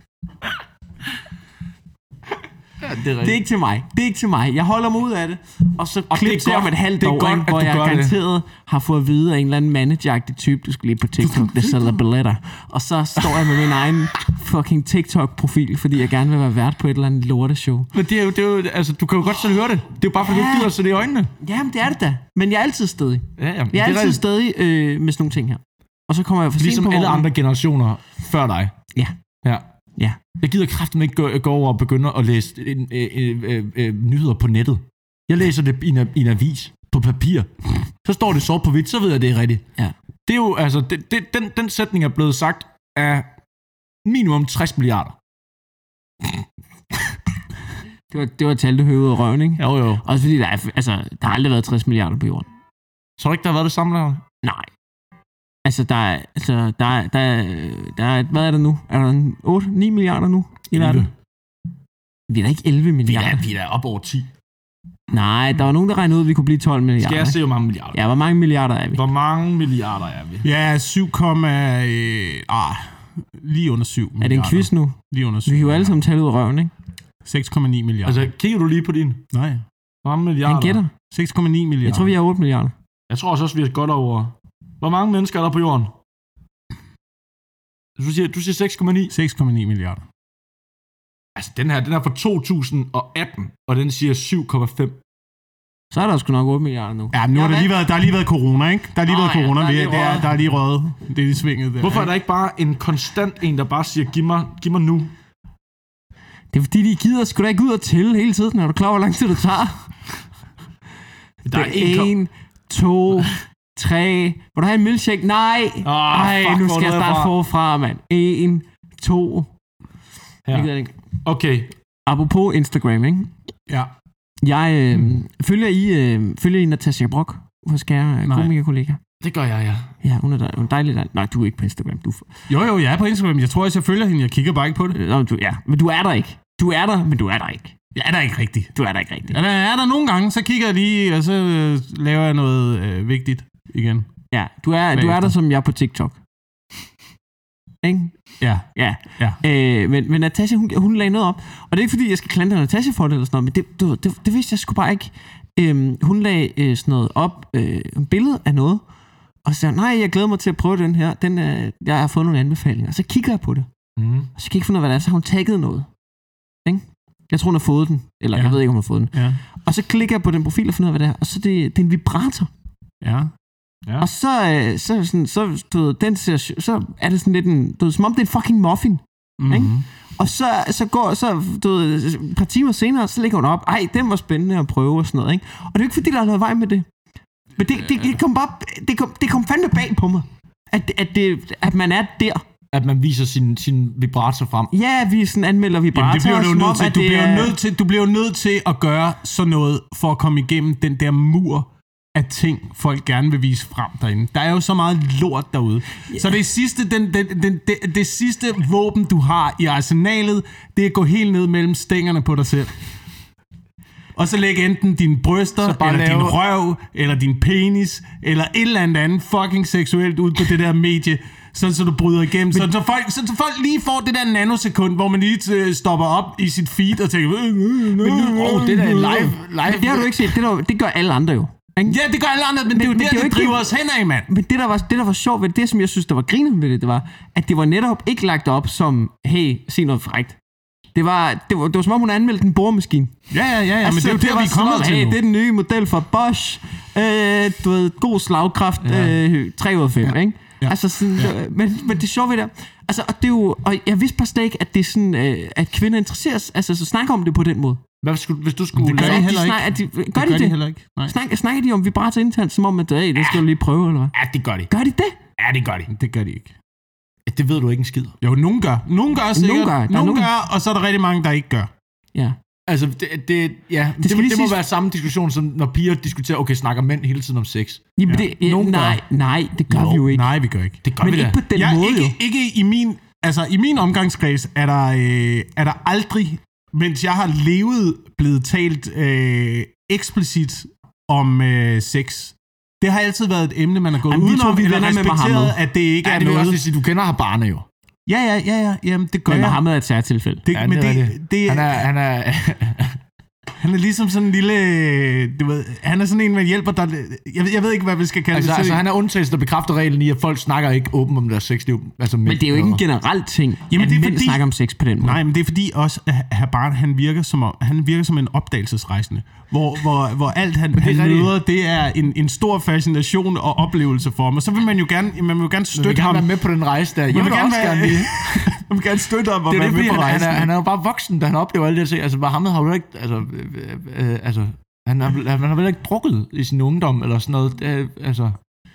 [SPEAKER 2] Ja, det, er
[SPEAKER 4] Det er ikke til mig. Det er ikke til mig. Jeg holder mig ud af det, og så
[SPEAKER 2] Og
[SPEAKER 4] klip
[SPEAKER 2] det er
[SPEAKER 4] til om
[SPEAKER 2] godt-
[SPEAKER 4] et halvt
[SPEAKER 2] det er
[SPEAKER 4] år,
[SPEAKER 2] godt,
[SPEAKER 4] ikke,
[SPEAKER 2] at
[SPEAKER 4] hvor
[SPEAKER 2] du
[SPEAKER 4] jeg
[SPEAKER 2] gør det.
[SPEAKER 4] garanteret har fået at vide af en eller anden manageragtig type, du skal lige på TikTok, det sælger billetter. Og så står jeg med min egen fucking TikTok-profil, fordi jeg gerne vil være vært på et eller andet lorteshow.
[SPEAKER 2] Men det er jo, det er jo, altså, du kan jo godt selv høre det. Det er jo bare, fordi
[SPEAKER 4] Ja.
[SPEAKER 2] du gider at se det i øjnene.
[SPEAKER 4] Jamen, det er det da. Men jeg er altid stedig.
[SPEAKER 2] Ja, ja.
[SPEAKER 4] Jeg er
[SPEAKER 2] det
[SPEAKER 4] altid
[SPEAKER 2] rigtigt.
[SPEAKER 4] stedig øh, med sådan nogle ting her. Og så kommer jeg for sent
[SPEAKER 2] Ligesom
[SPEAKER 4] på
[SPEAKER 2] alle
[SPEAKER 4] vognen.
[SPEAKER 2] andre generationer før dig.
[SPEAKER 4] Ja.
[SPEAKER 2] Ja.
[SPEAKER 4] Ja.
[SPEAKER 2] Jeg gider kraften ikke gå, gå over og begynde at læse øh, øh, øh, øh, nyheder på nettet. Jeg læser det i en, i en avis på papir. Så står det sort på hvidt, så ved jeg, det er rigtigt.
[SPEAKER 4] Ja.
[SPEAKER 2] Det er jo, altså, det, det, den, den sætning er blevet sagt af minimum tres milliarder.
[SPEAKER 4] Det var, det var et tal, der høvede ud af røven, ikke?
[SPEAKER 2] Jo, jo.
[SPEAKER 4] Også fordi, der, er, altså, der har aldrig været tres milliarder på jorden.
[SPEAKER 2] Så du ikke, der har været det samme der?
[SPEAKER 4] Nej. Altså, der er, altså, der er, der er, der er, hvad er der nu? Er der otte ni milliarder nu i verden? Vi er da ikke elleve
[SPEAKER 2] Vi
[SPEAKER 4] milliarder.
[SPEAKER 2] er, vi er op over ti.
[SPEAKER 4] Nej, der var nogen, der regnede ud, at vi kunne blive tolv milliarder.
[SPEAKER 2] Skal jeg se, hvor mange milliarder?
[SPEAKER 4] Ja, hvor mange milliarder er vi?
[SPEAKER 2] Hvor mange milliarder er vi?
[SPEAKER 3] Ja, syv, øh, ah, lige under syv
[SPEAKER 4] Er det en quiz nu?
[SPEAKER 3] Lige under syv.
[SPEAKER 4] Vi kan jo alle sammen tale ud af røven, ikke?
[SPEAKER 3] seks komma ni milliarder.
[SPEAKER 2] Altså, kigger du lige på din?
[SPEAKER 3] Nej.
[SPEAKER 2] Hvor mange milliarder?
[SPEAKER 4] Han gætter.
[SPEAKER 3] seks komma ni milliarder.
[SPEAKER 4] Jeg tror, vi er otte milliarder.
[SPEAKER 2] Jeg tror også, også vi er godt over. Hvor mange mennesker er der på jorden? Du siger, du siger seks komma ni.
[SPEAKER 3] seks komma ni milliarder.
[SPEAKER 2] Altså, den her, den er fra to tusind atten, og den siger syv komma fem.
[SPEAKER 4] Så er der sgu nok otte milliarder nu.
[SPEAKER 3] Ja, men nu
[SPEAKER 4] Ja,
[SPEAKER 3] har der
[SPEAKER 4] hvad?
[SPEAKER 3] lige været, der har lige været corona, ikke? Der har lige
[SPEAKER 4] Nå,
[SPEAKER 3] været
[SPEAKER 4] ja,
[SPEAKER 3] corona.
[SPEAKER 4] der er
[SPEAKER 3] Det
[SPEAKER 4] lige
[SPEAKER 3] er, det er,
[SPEAKER 4] røget.
[SPEAKER 3] der er lige røget. Det er lige svinget der.
[SPEAKER 2] Hvorfor er
[SPEAKER 3] ikke?
[SPEAKER 2] der ikke bare en konstant en, der bare siger, giv mig, giv mig nu?
[SPEAKER 4] Det er fordi, de gider sgu da ikke ud og tælle hele tiden, når du er klar, hvor lang tid det tager.
[SPEAKER 2] Der er
[SPEAKER 4] Det
[SPEAKER 2] en,
[SPEAKER 4] er en, to, tre. Vil du have en milkshake? Nej.
[SPEAKER 2] Åh,
[SPEAKER 4] Ej,
[SPEAKER 2] fuck,
[SPEAKER 4] nu
[SPEAKER 2] hvor
[SPEAKER 4] skal jeg
[SPEAKER 2] er du
[SPEAKER 4] starte
[SPEAKER 2] herfra?
[SPEAKER 4] forfra, mand. En, to.
[SPEAKER 2] Ja.
[SPEAKER 4] Jeg gider ikke.
[SPEAKER 2] Okay.
[SPEAKER 4] Apropos Instagram, ikke?
[SPEAKER 3] Ja.
[SPEAKER 4] Jeg øh, følger I øh, følger I Natasha Brock, vores kære
[SPEAKER 3] Nej.
[SPEAKER 4] komikerkollega.
[SPEAKER 2] Det gør jeg, ja.
[SPEAKER 4] Ja, hun er, der, hun er dejlig, dejlig. Nej, du er ikke på Instagram. Du,
[SPEAKER 3] Jo, jo, jeg er på Instagram. Jeg tror, jeg følger hende. Jeg kigger bare ikke på det.
[SPEAKER 4] øh, du, ja, men du er der ikke. Du er der, men du er der ikke.
[SPEAKER 3] Jeg er der ikke rigtigt.
[SPEAKER 4] Du er der ikke rigtigt.
[SPEAKER 3] Ja, der er der nogle gange, så kigger jeg lige, og så øh, laver jeg noget øh, vigtigt igen.
[SPEAKER 4] Ja, du er, du er
[SPEAKER 3] Bagefter.
[SPEAKER 4] der, som jeg er på TikTok. Ikke?
[SPEAKER 3] Ja.
[SPEAKER 4] Ja.
[SPEAKER 3] Ja.
[SPEAKER 4] Øh, men, men Natasha, hun, hun lagde noget op. Og det er ikke, fordi jeg skal klandre Natasha for det, eller sådan noget, men det, det, det, det vidste jeg sgu bare ikke. Øhm, hun lagde øh, sådan noget op, øh, en billede af noget, og så sagde, nej, jeg glæder mig til at prøve den her. Den, øh, jeg har fået nogle anbefalinger. Så kigger jeg på det.
[SPEAKER 2] Mm.
[SPEAKER 4] Og så kan jeg ikke finde ud af, hvad det er. Så har hun tagget noget. Ikke? Jeg tror, hun har fået den. Eller ja.
[SPEAKER 3] Ja.
[SPEAKER 4] jeg ved ikke, om hun har fået den.
[SPEAKER 3] Ja.
[SPEAKER 4] Og så klikker jeg på den profil og finder ud af, hvad det er. Og så er det, det er en vibrator.
[SPEAKER 3] Ja.
[SPEAKER 2] Ja.
[SPEAKER 4] Og så, øh, så, sådan, så, du ved, den ser, så er det sådan lidt en, du ved, som om det er en fucking muffin.
[SPEAKER 3] Mm-hmm.
[SPEAKER 4] Ikke? Og så, så går, så, du ved, et par timer senere, så ligger hun op, ej, den var spændende at prøve og sådan noget, ikke? Og det er ikke fordi, der er noget vej med det. Men det, det, det kom bare, det kom, det kom fandme bag på mig, at, at, det, at man er der.
[SPEAKER 2] At man viser sin, sin vibrator frem.
[SPEAKER 4] Ja, vi sådan anmelder vibrator.
[SPEAKER 3] Jamen, det bliver du jo
[SPEAKER 4] som om,
[SPEAKER 3] nødt til.
[SPEAKER 4] at
[SPEAKER 3] Du
[SPEAKER 4] det
[SPEAKER 3] bliver, jo
[SPEAKER 4] er-
[SPEAKER 3] nødt til. Du bliver jo nødt til at gøre sådan noget, for at komme igennem den der mur af ting, folk gerne vil vise frem derinde. Der er jo så meget lort derude. Yeah. Så det sidste, den, den, den, det, det sidste våben, du har i arsenalet, det er at gå helt ned mellem stængerne på dig selv. Og så lægge enten dine bryster, eller lave... din røv, eller din penis, eller et eller andet andet fucking seksuelt ud på det der medie, sådan så du bryder igennem. Så, så, folk, så, så folk lige får det der nanosekund, hvor man lige stopper op i sit feed og tænker... Men
[SPEAKER 2] nu, oh, det der live, live.
[SPEAKER 4] Det har du ikke set. Det, der, det gør alle andre jo.
[SPEAKER 3] Ikke? Ja, det gør alle andre, men, men det er jo men, der, det, det driver det, os henad, mand.
[SPEAKER 4] Men det der, var, det, der var sjovt ved det, det, som jeg synes, der var griner ved det, det var, at det var netop ikke lagt op som, hey, sig noget frækt. Det var, det var, det var som om, hun anmeldte en boremaskine.
[SPEAKER 3] Ja, ja, ja, ja
[SPEAKER 4] altså,
[SPEAKER 3] men det er jo der, vi er kommet til
[SPEAKER 4] hey,
[SPEAKER 3] nu.
[SPEAKER 4] Det er den nye model fra Bosch. Øh, du ved, god slagkraft, ja. øh, tre ud af fem, ja. Ikke? Ja. Altså sådan, ja. det, men, men det er sjovt ved det. Altså, og det er jo, og jeg vidste bare slet ikke, at det er sådan, øh, at kvinder interesseres, altså så snakker om det på den måde.
[SPEAKER 2] Hvad skulle, hvis du skulle...
[SPEAKER 3] Det gør
[SPEAKER 4] altså,
[SPEAKER 3] de heller
[SPEAKER 4] de
[SPEAKER 3] ikke.
[SPEAKER 4] Snak, de, gør
[SPEAKER 3] det
[SPEAKER 4] de
[SPEAKER 3] gør
[SPEAKER 4] det?
[SPEAKER 3] de heller ikke. Nej.
[SPEAKER 4] Snak, snakker de om vibrator internt, som om, at hey, det skal ja. du lige prøve, eller hvad?
[SPEAKER 2] Ja, det gør de.
[SPEAKER 4] Gør de det?
[SPEAKER 2] Ja, det gør de.
[SPEAKER 3] Det gør de ikke.
[SPEAKER 2] Det ved du ikke en skid.
[SPEAKER 3] Jo, nogen gør. Nogen gør sikkert.
[SPEAKER 4] Nogen gør,
[SPEAKER 3] nogen nogen gør, og så er der rigtig mange, der ikke gør.
[SPEAKER 4] Ja.
[SPEAKER 2] Altså, det, det, ja, det, det, det må sige... være samme diskussion, som når piger diskuterer, okay, snakker mænd hele tiden om sex.
[SPEAKER 4] Jamen, ja. det, ja, nej, nej, det gør
[SPEAKER 3] jo,
[SPEAKER 4] vi jo ikke.
[SPEAKER 3] Nej, vi gør ikke.
[SPEAKER 2] Det gør
[SPEAKER 4] Men
[SPEAKER 2] vi
[SPEAKER 4] ikke
[SPEAKER 2] da.
[SPEAKER 4] på den
[SPEAKER 3] ja,
[SPEAKER 4] måde,
[SPEAKER 3] ikke,
[SPEAKER 4] jo.
[SPEAKER 3] ikke i min... Altså, i min omgangskreds er der, øh, er der aldrig, mens jeg har levet, blevet talt øh, eksplicit om øh, sex. Det har altid været et emne, man har gået
[SPEAKER 4] Jamen,
[SPEAKER 3] udenom,
[SPEAKER 4] vi
[SPEAKER 3] eller respekteret, at det ikke
[SPEAKER 2] ja,
[SPEAKER 3] er
[SPEAKER 2] det
[SPEAKER 3] noget.
[SPEAKER 2] Det vil også sige, du kender Habana jo.
[SPEAKER 3] Ja, ja, ja, ja. Jamen, det gør
[SPEAKER 4] men
[SPEAKER 3] jeg.
[SPEAKER 4] Mohammed er et særtilfælde.
[SPEAKER 3] Det,
[SPEAKER 2] ja,
[SPEAKER 3] men
[SPEAKER 2] det,
[SPEAKER 3] det,
[SPEAKER 2] det,
[SPEAKER 3] det,
[SPEAKER 2] han er... Han er
[SPEAKER 3] Han er ligesom sådan en lille... Du ved, han er sådan en, man hjælper dig... Jeg, jeg ved ikke, hvad vi skal kalde
[SPEAKER 2] altså,
[SPEAKER 3] det.
[SPEAKER 2] Altså, han er undtagelsen, der bekræfter reglen i, at folk snakker ikke åbent om deres sexliv. Altså,
[SPEAKER 4] men det er jo ikke en generel ting, Jamen, at det er mænd fordi, snakker om sex på den måde.
[SPEAKER 3] Nej, men det er fordi også, at Habana, han virker som, han virker som en opdagelsesrejsende. Hvor, hvor, hvor alt, han, det han møder, det er en, en stor fascination og oplevelse for ham. Og så vil man jo gerne, man vil jo gerne støtte
[SPEAKER 2] man vil
[SPEAKER 3] ham.
[SPEAKER 2] gerne være med på den rejse der. Jeg vil, vil gerne, også gerne være,
[SPEAKER 3] man vil gerne støtte ham og
[SPEAKER 2] det
[SPEAKER 3] være
[SPEAKER 2] det,
[SPEAKER 3] med på
[SPEAKER 2] han,
[SPEAKER 3] rejsen.
[SPEAKER 2] Han er, han er jo bare voksen, da han oplever alt det. Altså, Mohammed har jo ikke... Altså, øh, øh, altså han, har, han har vel ikke drukket i sin ungdom, eller sådan noget. Det, altså,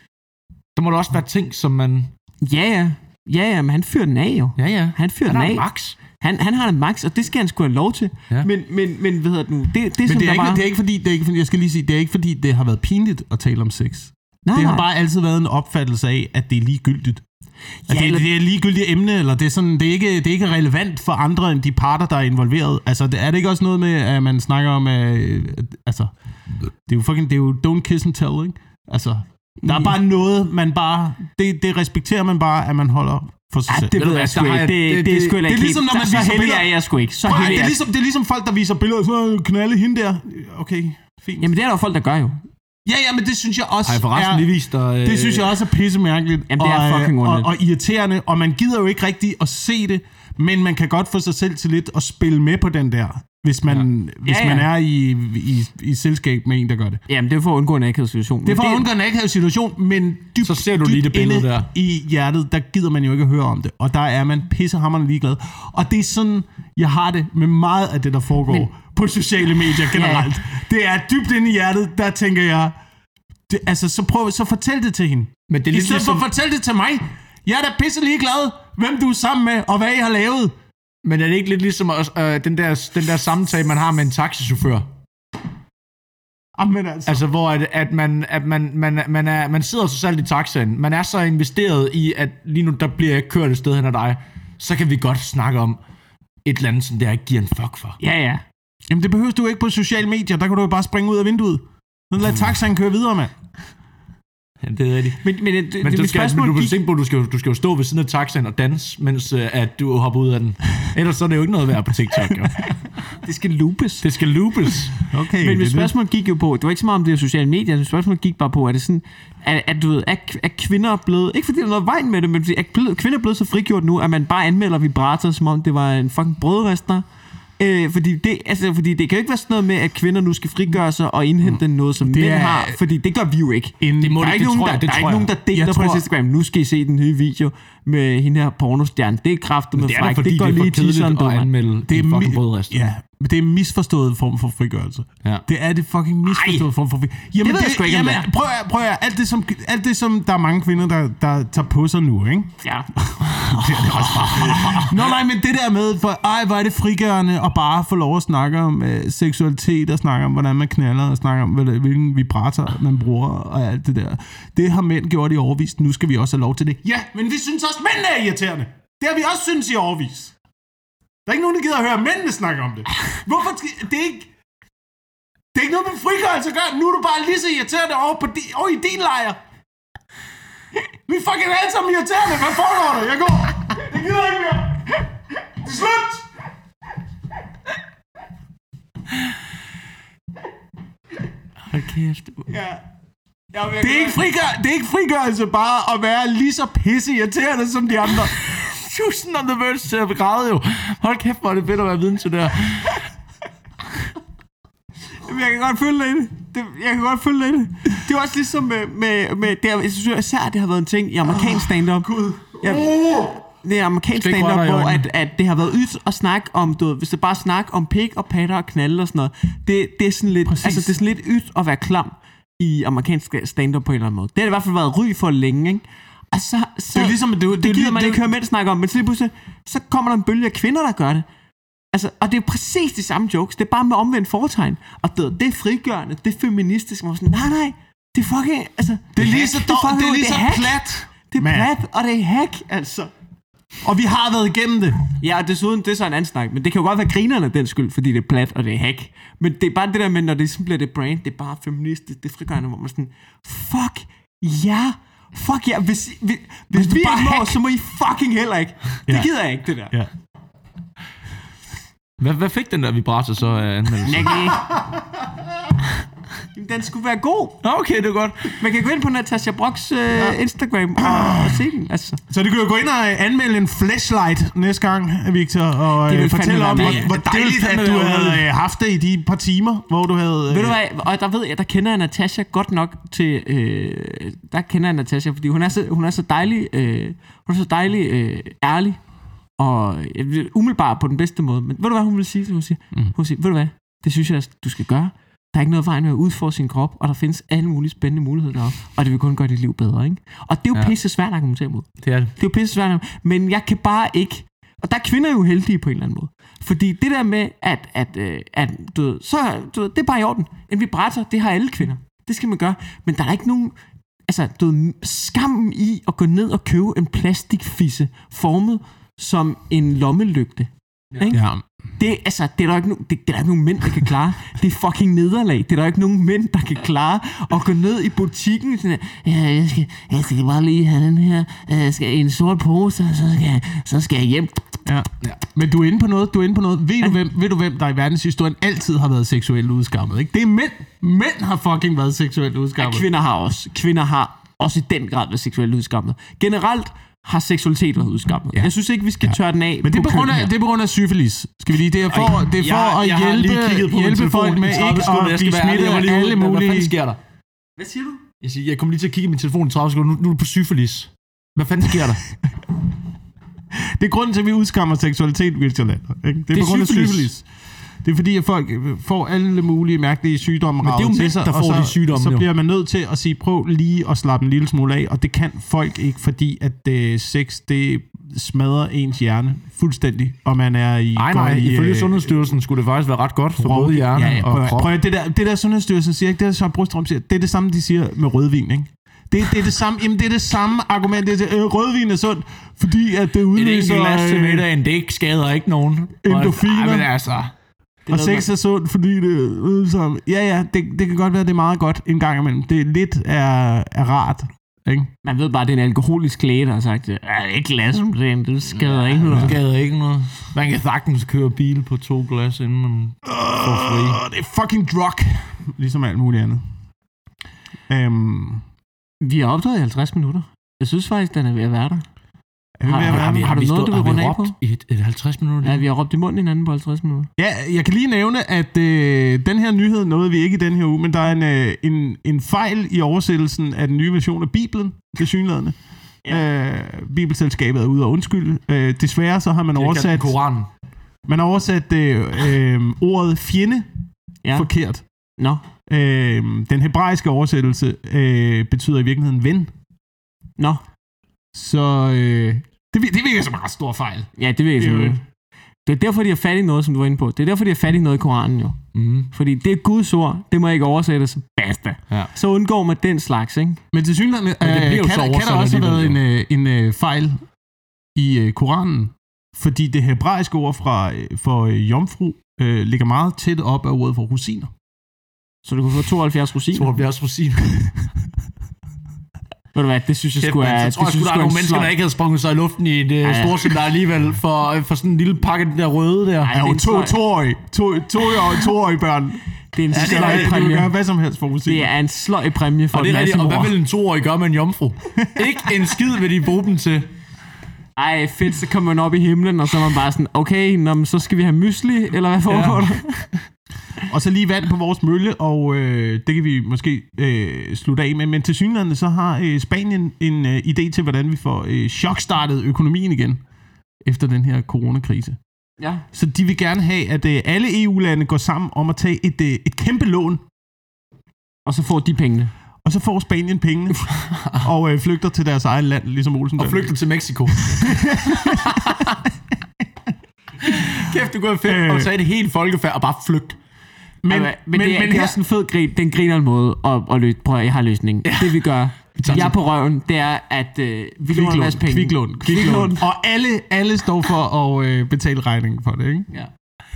[SPEAKER 2] der må der også være ting, som man...
[SPEAKER 4] Ja, ja. Ja, ja, men han fyrer den af jo.
[SPEAKER 2] Ja, ja.
[SPEAKER 4] Han fyrer
[SPEAKER 2] han
[SPEAKER 4] den af.
[SPEAKER 2] Max.
[SPEAKER 4] Han, han har en max, og det skal han sgu have lov til. Ja. Men, men, men hvad hedder det nu? Det, det,
[SPEAKER 3] men
[SPEAKER 4] som
[SPEAKER 3] det, er ikke,
[SPEAKER 4] bare...
[SPEAKER 3] det er ikke fordi, det er ikke fordi, jeg skal lige sige, det er ikke fordi, det har været pinligt at tale om sex.
[SPEAKER 4] Nej,
[SPEAKER 3] det har
[SPEAKER 4] nej.
[SPEAKER 3] bare altid været en opfattelse af, at det er ligegyldigt. Ja, det,
[SPEAKER 4] eller...
[SPEAKER 3] det er et ligegyldigt emne, eller det er, sådan, det, er ikke, det er ikke relevant for andre end de parter, der er involveret. Altså, det, er det ikke også noget med, at man snakker om, øh, altså, det er jo fucking, det er jo don't kiss and tell, ikke? Altså, der er bare noget, man bare, det, det respekterer man bare, at man holder for sig
[SPEAKER 4] ja,
[SPEAKER 3] selv.
[SPEAKER 4] det ved jeg sgu ikke. Det, det, det, det, det, det er ligesom, når man viser billeder. Så jeg sgu ikke. Så
[SPEAKER 3] Prøv, det, er ligesom, det er ligesom folk, der viser billeder, så knalde hende der. Okay, fint.
[SPEAKER 4] Jamen, det er der jo folk, der gør jo.
[SPEAKER 3] Ja, ja, men det synes jeg også
[SPEAKER 2] Ej, forresten,
[SPEAKER 3] er,
[SPEAKER 2] lige vist dig, øh...
[SPEAKER 3] det synes jeg også er pissemærkeligt.
[SPEAKER 4] Jamen, det er fucking
[SPEAKER 3] og,
[SPEAKER 4] underligt.
[SPEAKER 3] og, og irriterende, og man gider jo ikke rigtig at se det, men man kan godt få sig selv til lidt at spille med på den der, hvis man, ja. hvis ja, ja. man er i, i, i selskab med en, der gør det.
[SPEAKER 4] Jamen, det er for at undgå en akavet situation.
[SPEAKER 3] Det er for at undgå en akavet situation, men dybt,
[SPEAKER 2] så ser du lige det billede der
[SPEAKER 3] i hjertet, der gider man jo ikke at høre om det, og der er man pissehammerende ligeglad. Og det er sådan, jeg har det med meget af det, der foregår men, på sociale medier generelt. Ja. Det er dybt inde i hjertet, der tænker jeg, det, altså, så prøv, så fortæl det til hende. Men det er I stedet ligesom... for at fortælle det til mig. Jeg er da pisse ligeglad, hvem du er sammen med, og hvad I har lavet.
[SPEAKER 2] Men er det ikke lidt ligesom øh, den, der, den der samtale, man har med en taxichauffør?
[SPEAKER 3] Amen altså.
[SPEAKER 2] Altså, hvor at, at, man, at man, man, man, er, man sidder så selv i taxaen. Man er så investeret i, at lige nu, der bliver jeg kørt et sted hen ad dig. Så kan vi godt snakke om et eller andet, som der ikke giver en fuck for.
[SPEAKER 4] Ja, ja.
[SPEAKER 3] Jamen, det behøver du ikke på sociale medier. Der kan du jo bare springe ud af vinduet. Så lad taxaen køre videre, mand.
[SPEAKER 2] Ja, det er rigtigt.
[SPEAKER 4] Men, men, det,
[SPEAKER 2] men
[SPEAKER 4] det,
[SPEAKER 2] du, skal, men du,
[SPEAKER 4] gik...
[SPEAKER 2] tænke på, du, skal, du skal jo stå ved siden af taxaen og danse, mens uh, at du hopper ud af den. Ellers så er det jo ikke noget værd på TikTok. Jo.
[SPEAKER 4] Det skal loopes.
[SPEAKER 2] Det skal loopes.
[SPEAKER 3] Okay,
[SPEAKER 4] men mit spørgsmål gik jo på, det var ikke så meget om det her sociale medier, mit spørgsmål gik bare på, er det sådan, at, at du ved, er, er kvinder blevet, ikke fordi der er noget vejen med det, men er kvinder blevet så frigjort nu, at man bare anmelder vibrator, som om det var en fucking brødrester? Øh, fordi, det, altså, fordi det kan jo ikke være sådan noget med, at kvinder nu skal frigøre sig og indhente mm. noget, som det mænd er, har. Fordi det gør vi jo ikke.
[SPEAKER 2] En, det må
[SPEAKER 4] der er
[SPEAKER 2] det,
[SPEAKER 4] ikke
[SPEAKER 2] det
[SPEAKER 4] nogen,
[SPEAKER 2] jeg,
[SPEAKER 4] der, der, er ikke nogen, der deler på Instagram. Nu skal I se den nye video med hende her pornostjerne. Det er kraftet med fræk. Det, det går lige teaseren på,
[SPEAKER 2] anmelde det er en fucking brødrester.
[SPEAKER 3] Ja, men det er en misforstået form for frigørelse. Ja. Det er det fucking misforstået Ej, form for frigørelse. Jamen,
[SPEAKER 4] det ved jeg sgu ikke,
[SPEAKER 3] jamen, prøv at, prøv at, alt det, som, alt det som der er mange kvinder, der, der tager på sig nu, ikke?
[SPEAKER 4] Ja.
[SPEAKER 3] det er også bare. Nå nej, men det der med, for, ej, hvor er det frigørende at bare få lov at snakke om øh, seksualitet, og snakke om, hvordan man knalder, og snakke om, hvilken vibrator man bruger, og alt det der. Det har mænd gjort i årevis, nu skal vi også have lov til det. Ja, men vi synes også, mændene er irriterende. Det har vi også synes i årevis. Der er ikke nogen, der gider at høre mændene snakke om det. Hvorfor skal... Det er ikke... Det er ikke noget med frigørelse at gøre. Nu er du bare lige så irriterende over, på di, over i din lejr. Vi er fucking alle sammen irriterende. Hvad foregår der? Jeg går. Det gider jeg ikke mere. Det er slut.
[SPEAKER 4] Hold kæft.
[SPEAKER 3] Ja. Det er, ikke frigør, det er ikke frigørelse bare at være lige så pisse irriterende som de andre.
[SPEAKER 2] Tusind on the verge til at begræde jo. Hold kæft, hvor er det fedt at være viden til det her.
[SPEAKER 4] Jeg kan godt følge det. det. Jeg kan godt følge det. Det er også ligesom med... med, med det, jeg synes især, det har været en ting i amerikansk stand-up.
[SPEAKER 3] Gud.
[SPEAKER 4] Ja, det er amerikansk stand-up, hvor at, at det har været ydt at snakke om... Du ved, hvis det bare snakke om pik og patter og knalde og sådan noget. Det, det er sådan lidt... Præcis. Altså, det er sådan lidt ydt at være klam i amerikansk stand-up på en eller anden måde. Det har i hvert fald været ry for længe, ikke? Og så... så
[SPEAKER 3] det er ligesom... Det, det,
[SPEAKER 4] det gider
[SPEAKER 3] det,
[SPEAKER 4] man
[SPEAKER 3] det,
[SPEAKER 4] ikke høre mænd snakke om. Men så lige pludselig, så kommer der en bølge af kvinder, der gør det. Altså, og det er præcis de samme jokes. Det er bare med omvendt foretegn. Og det, det er frigørende, det er feministisk. Man sådan, nej, nej, det er fucking... Altså,
[SPEAKER 3] det er lige så,
[SPEAKER 4] det er,
[SPEAKER 3] det er lige så
[SPEAKER 4] det er
[SPEAKER 3] plat.
[SPEAKER 4] Det er plat, og det er hack, altså.
[SPEAKER 3] Og vi har været igennem det.
[SPEAKER 4] Ja, og desuden, det er så en anden snak. Men det kan jo godt være grinerne den skyld, fordi det er plat, og det er hack. Men det er bare det der med, når det sådan bliver det brand, det er bare feministisk, det er frigørende, hvor man sådan, fuck ja, fuck ja. Hvis, hvis, hvis vi ikke må, så må I fucking heller ikke. Det gider jeg ikke, det der.
[SPEAKER 2] Ja. Hvad, hvad fik den der vibrator så af anmeldelsen?
[SPEAKER 4] Den skulle være god.
[SPEAKER 2] Okay, det er godt.
[SPEAKER 4] Man kan gå ind på Natasha Brocks øh, ja. Instagram og, og se den. Altså.
[SPEAKER 3] Så du kan jo gå ind og anmelde en flashlight næste gang, Victor, og øh, fortælle om, hvor, hvor dejligt, at du havde øh, haft det i de par timer, hvor du havde... Øh...
[SPEAKER 4] Ved du hvad, og der ved jeg, der kender jeg Natasha godt nok til... Øh, der kender jeg Natasha, fordi hun er så, hun er så dejlig, øh, hun er så dejlig øh, ærlig, og øh, umiddelbart på den bedste måde. Men ved du hvad, hun vil sige? Hun siger, mm. hun siger ved du hvad, det synes jeg, du skal gøre. Der er ikke noget vejen med at udfordre sin krop, og der findes alle mulige spændende muligheder deroppe, og det vil kun gøre dit liv bedre, ikke? Og det er jo ja. pisse svært at argumentere mod.
[SPEAKER 2] Det er det.
[SPEAKER 4] Det er jo pisse svært, men jeg kan bare ikke... Og der er kvinder jo heldige på en eller anden måde. Fordi det der med, at, at, at, at du ved, så, du ved, det er bare i orden. En vibrator, det har alle kvinder. Det skal man gøre. Men der er ikke nogen... Altså, du ved, skammen i at gå ned og købe en plastikfisse formet som en lommelygte. Ja.
[SPEAKER 3] Ja.
[SPEAKER 4] Det, altså, det er der ikke no, det, det er der ikke nogen mænd, der kan klare. Det er fucking nederlag. Det er der ikke nogen mænd, der kan klare at gå ned i butikken. Sådan, ja, jeg skal, jeg skal bare lige have den her. Jeg skal i en sort pose, og så skal jeg, så skal jeg hjem.
[SPEAKER 3] Ja. Ja. Men du er inde på noget. Du er inde på noget. Ved du, hvem, ved du hvem der i verdenshistorien altid har været seksuelt udskammet? Ikke? Det er mænd. Mænd har fucking været seksuelt udskammet.
[SPEAKER 4] Ja, kvinder har også. Kvinder har også i den grad været seksuelt udskammet. Generelt har seksualitet været udskammet. Ja. Jeg synes ikke, vi skal tørre den af.
[SPEAKER 3] Men det er på grund af, det er på grund af syfilis. Skal vi lige, det er for, det er for jeg, jeg at hjælpe, hjælpe folk med ikke at blive smittet af alle mulige...
[SPEAKER 2] Hvad fanden sker der?
[SPEAKER 4] Hvad siger du?
[SPEAKER 2] Jeg, siger, jeg kommer lige til at kigge i min telefon i tredive sekunder. Nu, nu er du på syfilis. Hvad fanden sker der?
[SPEAKER 3] Det er grunden til, at vi udskammer seksualitet, Victor Lander. Det er, det er på grund af syfilis. Det er fordi, at folk får alle mulige mærkelige sygdomme ravet til sig,
[SPEAKER 2] der får
[SPEAKER 3] og så,
[SPEAKER 2] de sygdomme,
[SPEAKER 3] så bliver man nødt til at sige, prøv lige at slappe en lille smule af, og det kan folk ikke, fordi at uh, sex, det smadrer ens hjerne fuldstændig, og man er i...
[SPEAKER 2] Nej, nej, i, ifølge Sundhedsstyrelsen skulle det faktisk være ret godt for både hjerne ja, ja, og krop.
[SPEAKER 3] Prøv, det, der, det der Sundhedsstyrelsen siger, ikke? Det der så Brostrøm siger, det er det samme, de siger med rødvin, ikke? Det, det er det samme, jamen det er det samme argument. Det er, øh, rødvin er sundt, fordi at det udløser...
[SPEAKER 2] Et enkelt glas til middagen, det ikke skader ikke nogen.
[SPEAKER 3] Endorfiner.
[SPEAKER 2] Men altså...
[SPEAKER 3] Og sex er sundt, fordi det udløser... Ja, ja, det, det kan godt være, det er meget godt en gang imellem. Det er lidt er, er rart, ikke?
[SPEAKER 4] Man ved bare, det er en alkoholisk læge, der har sagt, at et glas om dagen, det skader ja, ikke noget.
[SPEAKER 2] Det skader ikke noget. Man kan sagtens køre bil på to glas, inden man får fri.
[SPEAKER 3] Uh, det er fucking drug, ligesom alt muligt andet. Um,
[SPEAKER 4] Vi har optaget i halvtreds minutter. Jeg synes faktisk, den er ved at være der.
[SPEAKER 3] Har, har,
[SPEAKER 4] har, har, har du noget, du vil runde af på?
[SPEAKER 2] I et, et halvtreds minutter?
[SPEAKER 4] Ja, vi har råbt i munden hinanden på halvtreds minutter.
[SPEAKER 3] Ja, jeg kan lige nævne, at øh, den her nyhed nåede vi ikke i den her uge, men der er en, øh, en, en fejl i oversættelsen af den nye version af Bibelen, tilsyneladende. Ja. Øh, Bibelselskabet er ude og undskylde. Øh, desværre så har man
[SPEAKER 2] det
[SPEAKER 3] oversat...
[SPEAKER 2] Koranen.
[SPEAKER 3] Man har oversat øh, øh, ordet fjende ja. forkert.
[SPEAKER 4] Nå.
[SPEAKER 3] Øh, den hebraiske oversættelse øh, betyder i virkeligheden ven.
[SPEAKER 4] Nå.
[SPEAKER 3] Så, øh, Det, det virker som en ret stor fejl.
[SPEAKER 4] Ja, det virker som det. Det er derfor, de har fat i noget, som du var inde på. Det er derfor, de har fat i noget i Koranen jo. Mm. Fordi det er Guds ord. Det må ikke oversættes. Basta. Ja. Så undgår man den slags, ikke?
[SPEAKER 3] Men til synligheden øh, kan, kan der også have været en, øh, en øh, fejl i øh, Koranen. Fordi det hebraiske ord fra, øh, for øh, jomfru øh, ligger meget tæt op af ordet for rosiner.
[SPEAKER 4] Så du kunne få tooghalvfjerds rosiner?
[SPEAKER 2] tooghalvfjerds rosiner.
[SPEAKER 4] Ved du hvad, det synes jeg
[SPEAKER 2] Kæft,
[SPEAKER 4] skulle
[SPEAKER 2] er...
[SPEAKER 4] Jeg
[SPEAKER 2] tror, jeg skulle der er nogle mennesker, der ikke havde sprunget sig i luften i det ja, store center alligevel, for, for sådan en lille pakke, den der røde der.
[SPEAKER 3] Ej, jo, to, toårige, to, toårige, toårige børn.
[SPEAKER 4] Det er en
[SPEAKER 3] ja,
[SPEAKER 4] sløj præmie.
[SPEAKER 3] Du kan gøre hvad som helst for musik.
[SPEAKER 4] Det er en sløj præmie for
[SPEAKER 2] og det er rigtigt, og hvad vil en toårig gøre med en jomfru? Ikke en skid vil de bruge dem til.
[SPEAKER 4] Ej, fedt, så kommer man op i himlen, og så er man bare sådan, okay, nå, så skal vi have mysli, eller hvad foregår der?
[SPEAKER 3] Og så lige vand på vores mølle, og øh, det kan vi måske øh, slutte af med. Men til synligheden så har øh, Spanien en øh, idé til, hvordan vi får øh, chokstartet økonomien igen, efter den her coronakrise.
[SPEAKER 4] Ja.
[SPEAKER 3] Så de vil gerne have, at øh, alle E U-lande går sammen om at tage et, øh, et kæmpe lån.
[SPEAKER 4] Og så får de pengene.
[SPEAKER 3] Og så får Spanien pengene, og øh, flygter til deres eget land, ligesom Olsen.
[SPEAKER 2] Og flygter til Mexico. Kæft, det går fedt. Øh. Og så er det helt folkefærd og bare flygt.
[SPEAKER 4] Men, ja, men, men, det, er, men det er også en fed grin. Den griner en måde at, at løse. Prøv at jeg har løsningen. Ja. Det vi gør, jeg er på røven, det er, at øh, vi låner en masse penge.
[SPEAKER 3] Kviklån. Kviklån. Og alle, alle står for at øh, betale regningen for det, ikke?
[SPEAKER 4] Ja.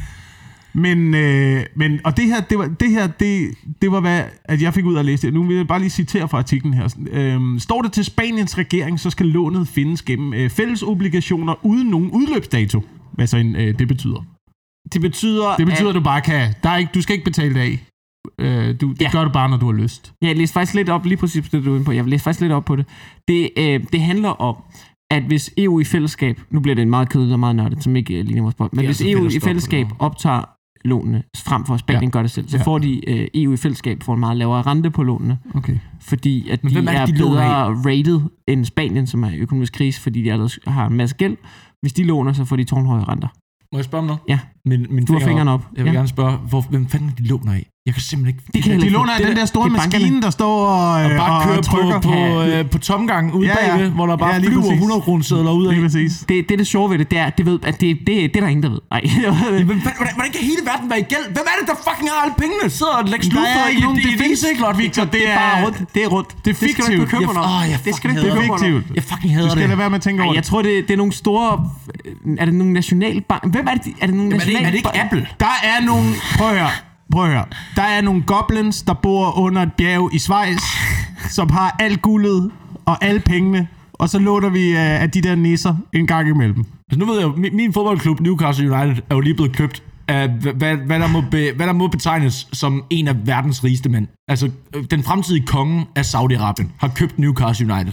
[SPEAKER 3] Men, øh, men, og det her, det var, det her, det, det var hvad, at jeg fik ud af at læse det. Nu vil jeg bare lige citere fra artiklen her. Øhm, står det til Spaniens regering, så skal lånet findes gennem øh, fælles obligationer uden nogen udløbsdato. Hvad så en, øh, det betyder?
[SPEAKER 4] Det betyder,
[SPEAKER 3] det betyder at, at du bare kan. Der er ikke, du skal ikke betale det af. Øh, du, det ja. gør du bare, når du har lyst.
[SPEAKER 4] Ja, jeg læste faktisk lidt op, lige præcis det, du er inde på. Jeg vil læse faktisk lidt op på det. Det, øh, det handler om, at hvis E U i fællesskab, nu bliver det en meget kedeligt og meget nørdet, som ikke ligner vores spørgsmål, men hvis E U i fællesskab optager lånene, frem for at Spanien ja. gør det selv, så ja. får de øh, E U i fællesskab for en meget lavere rente på lånene.
[SPEAKER 3] Okay.
[SPEAKER 4] Fordi at de er, er de bedre rated end Spanien, som er i økonomisk krise, fordi de ellers har en masse gæld. Hvis de låner, så får de tårnhøje renter.
[SPEAKER 2] Må jeg spørge om noget?
[SPEAKER 4] Ja.
[SPEAKER 2] Min, min
[SPEAKER 4] du har fingeren op.
[SPEAKER 2] Jeg vil
[SPEAKER 4] ja.
[SPEAKER 2] gerne spørge, hvor, hvem fanden de låner af? Jeg kan simpelthen ikke...
[SPEAKER 3] De, kan de låner af den der store maskine, der står og,
[SPEAKER 2] og bare
[SPEAKER 3] og
[SPEAKER 2] kører
[SPEAKER 3] trykker
[SPEAKER 2] på, på, ja. øh, på tomgang ude ja, ja. bagved, hvor der bare ja, flyver hundrede kroner sædler ud af.
[SPEAKER 3] Det,
[SPEAKER 4] det, det er det sjove ved det, det er, det, ved, at det, det, det er der ingen, der ved. Ej.
[SPEAKER 2] Jamen, hvordan, hvordan kan hele verden være i gæld? Hvem er det, der fucking har alle pengene? Sidder og lægger slut for i
[SPEAKER 3] nogen, det findes ikke, Victor. Det er bare rundt.
[SPEAKER 4] Det er rundt.
[SPEAKER 3] Det er fiktivt.
[SPEAKER 4] Det skal du ikke bekymre dig om.
[SPEAKER 2] Jeg fucking hader det.
[SPEAKER 3] Du skal lade være med at tænke over det.
[SPEAKER 4] Jeg tror, det er nogle store... Er det nogle nationalbank? Hvem er det? Er det nogle nationalbank?
[SPEAKER 2] Er det ikke Apple?
[SPEAKER 3] Der er nogle... Prøv at høre. Prøv at høre. Der er nogle goblins, der bor under et bjerg i Schweiz, som har alt guldet og alle pengene, og så låner vi uh, af de der nisser en gang imellem.
[SPEAKER 2] Altså nu ved jeg jo, min, min fodboldklub Newcastle United er jo lige blevet købt af, hvad, hvad, der må be, hvad der må betegnes som en af verdens rigeste mænd. Altså, den fremtidige konge af Saudi-Arabien har købt Newcastle United,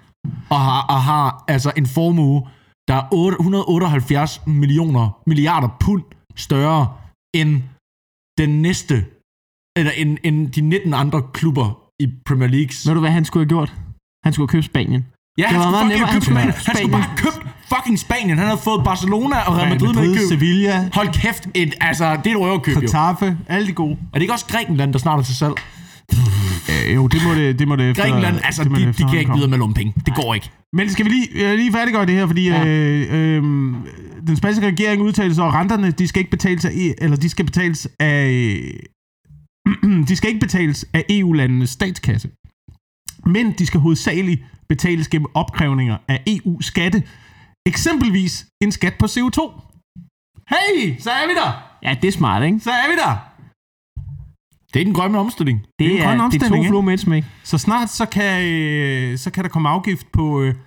[SPEAKER 2] og har, og har altså en formue, der er otte hundrede otteoghalvfjerds millioner milliarder pund større end den næste, eller end, end de nitten andre klubber i Premier League.
[SPEAKER 4] Ved du hvad han skulle have gjort? Han skulle have købt Spanien.
[SPEAKER 2] Ja, han skulle, nemmere, han, skulle Spanien. han skulle bare have købt fucking Spanien. Han havde fået Barcelona og Real Madrid med i køb.
[SPEAKER 3] Sevilla.
[SPEAKER 2] Hold kæft, et, altså, det er et røverkøb jo.
[SPEAKER 3] Getafe, alle de gode.
[SPEAKER 2] Er det ikke også Grækenland, der snart er til salg?
[SPEAKER 3] Øh, jo, det må det, det må det efter.
[SPEAKER 2] Grækenland, altså, de, de kan ikke videre med nogle penge. Det går ikke.
[SPEAKER 3] Men skal vi lige, lige færdiggøre det her, fordi ja. øh, øh, den spanske regering udtaler sig, og renterne, de skal ikke betales af, eller de skal betales af, de skal ikke betales af E U-landenes statskasse. Men de skal hovedsageligt betales gennem opkrævninger af E U-skatte. Eksempelvis en skat på C O to. Hey, så er vi der!
[SPEAKER 4] Ja, det er smart, ikke?
[SPEAKER 3] Så er vi der!
[SPEAKER 2] Det er den grønne omstilling.
[SPEAKER 4] Det, det er, er, det er to fluer med et smæk.
[SPEAKER 3] Så snart så kan, øh, så kan der komme afgift på øh,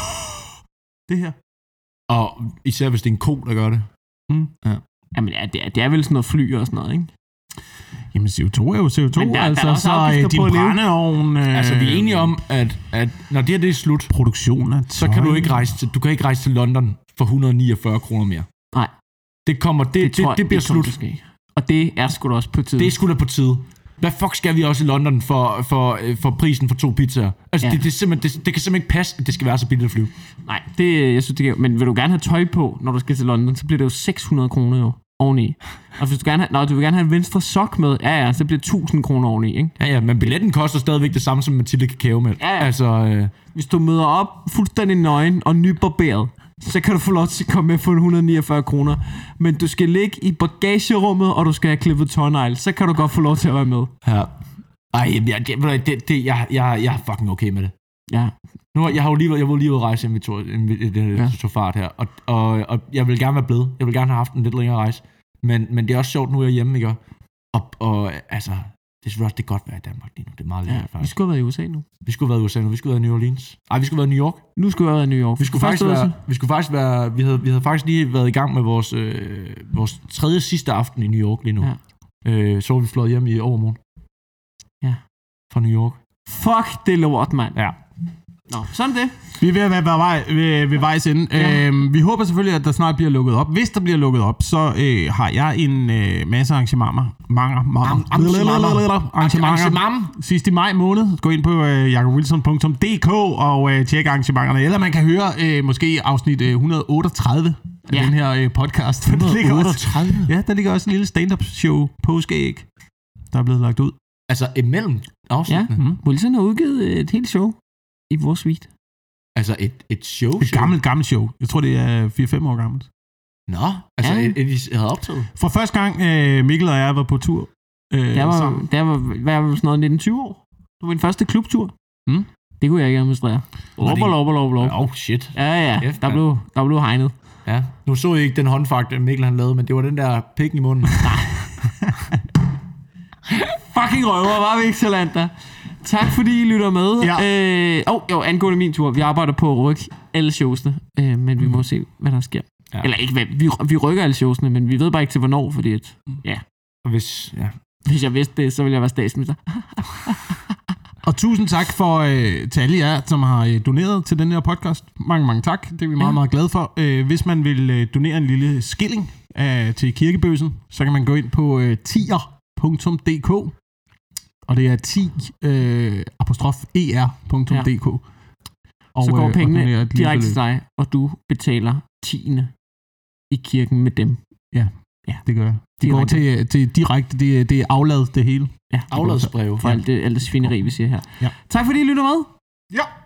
[SPEAKER 3] det her.
[SPEAKER 2] Og især hvis det er en ko, der gør det.
[SPEAKER 3] Mm.
[SPEAKER 4] Ja. Jamen ja, det er, det er vel sådan noget fly og sådan noget, ikke?
[SPEAKER 3] Jamen C O to er jo C O to, der, altså, der så din brændeovn... Øh,
[SPEAKER 2] altså vi er enige om, at, at når det her det er slut,
[SPEAKER 3] produktion af
[SPEAKER 2] så kan du ikke rejse til, du kan ikke rejse til London for et hundrede og niogfyrre kroner mere.
[SPEAKER 4] Nej.
[SPEAKER 2] Det kommer, det, det, det, det bliver det slut.
[SPEAKER 4] Og det er sgu da også på tide.
[SPEAKER 2] Det er sgu da på tide. Hvad fuck skal vi også i London for, for, for prisen for to pizzaer? Altså, ja. det, det, er simpelthen, det, det kan simpelthen ikke passe, at det skal være så billigt at flyve.
[SPEAKER 4] Nej, det, jeg synes, det kan. Men vil du gerne have tøj på, når du skal til London, så bliver det jo seks hundrede kroner jo oveni. Og hvis du gerne have, når du vil gerne have en venstre sok med, ja ja, så bliver det tusind kroner oveni, ikke?
[SPEAKER 2] Ja ja, men billetten koster stadigvæk det samme som Mathilde Kakao med.
[SPEAKER 4] Ja, ja.
[SPEAKER 2] Altså, øh...
[SPEAKER 4] hvis du møder op fuldstændig nøgen og nybarberet, så kan du få lov til at komme med for et hundrede og niogfyrre kroner. Men du skal ligge i bagagerummet, og du skal have klippet tårnegl. Så kan du godt få lov til at være med.
[SPEAKER 2] Ja. Ej, jeg, det, det, det, jeg, jeg, jeg er fucking okay med det.
[SPEAKER 4] Ja.
[SPEAKER 2] Nu, jeg har jo lige, jeg var lige ude at rejse, inden vi tog, inden vi, det, ja. tog fart her. Og, og, og jeg vil gerne være blevet. Jeg vil gerne have haft en lidt længere rejse. Men, men det er også sjovt, nu er jeg hjemme, ikke? Og, og altså, det er selvfølgelig også det er godt at være i Danmark lige nu. Det er meget lækkert,
[SPEAKER 4] ja, faktisk. Vi skulle have været i U S A nu.
[SPEAKER 2] Vi skulle have været i U S A nu. Vi skulle have været i New Orleans. Nej, vi skulle have været i New York.
[SPEAKER 4] Nu skulle vi have været i New York.
[SPEAKER 2] Vi skulle, faktisk være, vi skulle faktisk være... Vi havde, vi havde faktisk lige været i gang med vores, øh, vores tredje sidste aften i New York lige nu. Ja. Øh, så var vi fløjet hjem i overmorgen.
[SPEAKER 4] Ja.
[SPEAKER 2] Fra New York.
[SPEAKER 4] Fuck det lort, mand.
[SPEAKER 2] Ja.
[SPEAKER 4] Nå, sådan det.
[SPEAKER 3] Vi er ved at være ved, vej, ved, ved vejs ende. Ja. Øhm, vi håber selvfølgelig, at der snart bliver lukket op. Hvis der bliver lukket op, så øh, har jeg en øh, masse arrangementer. Mange, mange arrangementer. Sidst i maj måned. Gå ind på øh, jakob wilson punktum d k og øh, tjek arrangementerne. Eller man kan høre øh, måske afsnit øh, et hundrede og otteogtredive af ja. den her øh, podcast.
[SPEAKER 2] et hundrede og otteogtredive?
[SPEAKER 3] Også, ja, der ligger også en lille stand-up show påskeæg, der er blevet lagt ud.
[SPEAKER 2] Altså imellem afsnittene?
[SPEAKER 4] Ja, mm. Wilson har udgivet et helt show i vores suite.
[SPEAKER 2] Altså et, et show?
[SPEAKER 3] Et gammelt, gammelt show. Jeg tror, det er fire fem år gammelt.
[SPEAKER 2] Nå, altså ja. et, et, I havde optaget?
[SPEAKER 3] For første gang, øh, Mikkel og jeg var på tur. Øh,
[SPEAKER 4] der var, der var, hvad var sådan noget, nitten tyve år? Det var min første klubtur.
[SPEAKER 3] Mm.
[SPEAKER 4] Det kunne jeg ikke administrere. Lopper, lopper, lopper, lopper.
[SPEAKER 2] Oh, shit.
[SPEAKER 4] Ja, ja. Der blev, der blev hegnet.
[SPEAKER 2] Ja. Nu så jeg ikke den håndfakt, Mikkel han lavede, men det var den der pikken i munden.
[SPEAKER 4] Fucking røver, var vi ikke så langt der. Tak fordi I lytter med.
[SPEAKER 3] Ja.
[SPEAKER 4] Øh, oh, jo, angående min tur. Vi arbejder på at rykke alle showsene, øh, men vi må se, hvad der sker. Ja. Eller ikke, hvad, vi, vi rykker alle showsene, men vi ved bare ikke til hvornår, fordi at, ja.
[SPEAKER 2] Og hvis, ja.
[SPEAKER 4] Hvis jeg vidste det, så ville jeg være statsminister.
[SPEAKER 3] Og tusind tak for øh, til alle jer, som har øh, doneret til den her podcast. Mange, mange tak. Det er vi meget, ja. meget glade for. Øh, hvis man vil øh, donere en lille skilling øh, til kirkebøssen, så kan man gå ind på øh, tier punktum d k. Og det er ti øh, apostrof er punktum d k.
[SPEAKER 4] Og, så går pengene øh, direkte til dig, og du betaler tiende i kirken med dem.
[SPEAKER 3] Ja, ja. Det gør jeg. Det går til, til direkte, det, det er aflad det hele.
[SPEAKER 4] Ja,
[SPEAKER 2] afladsbrev.
[SPEAKER 4] For alt det, alt det svineri, vi siger her.
[SPEAKER 3] Ja.
[SPEAKER 4] Tak fordi I lytter med.
[SPEAKER 3] Ja.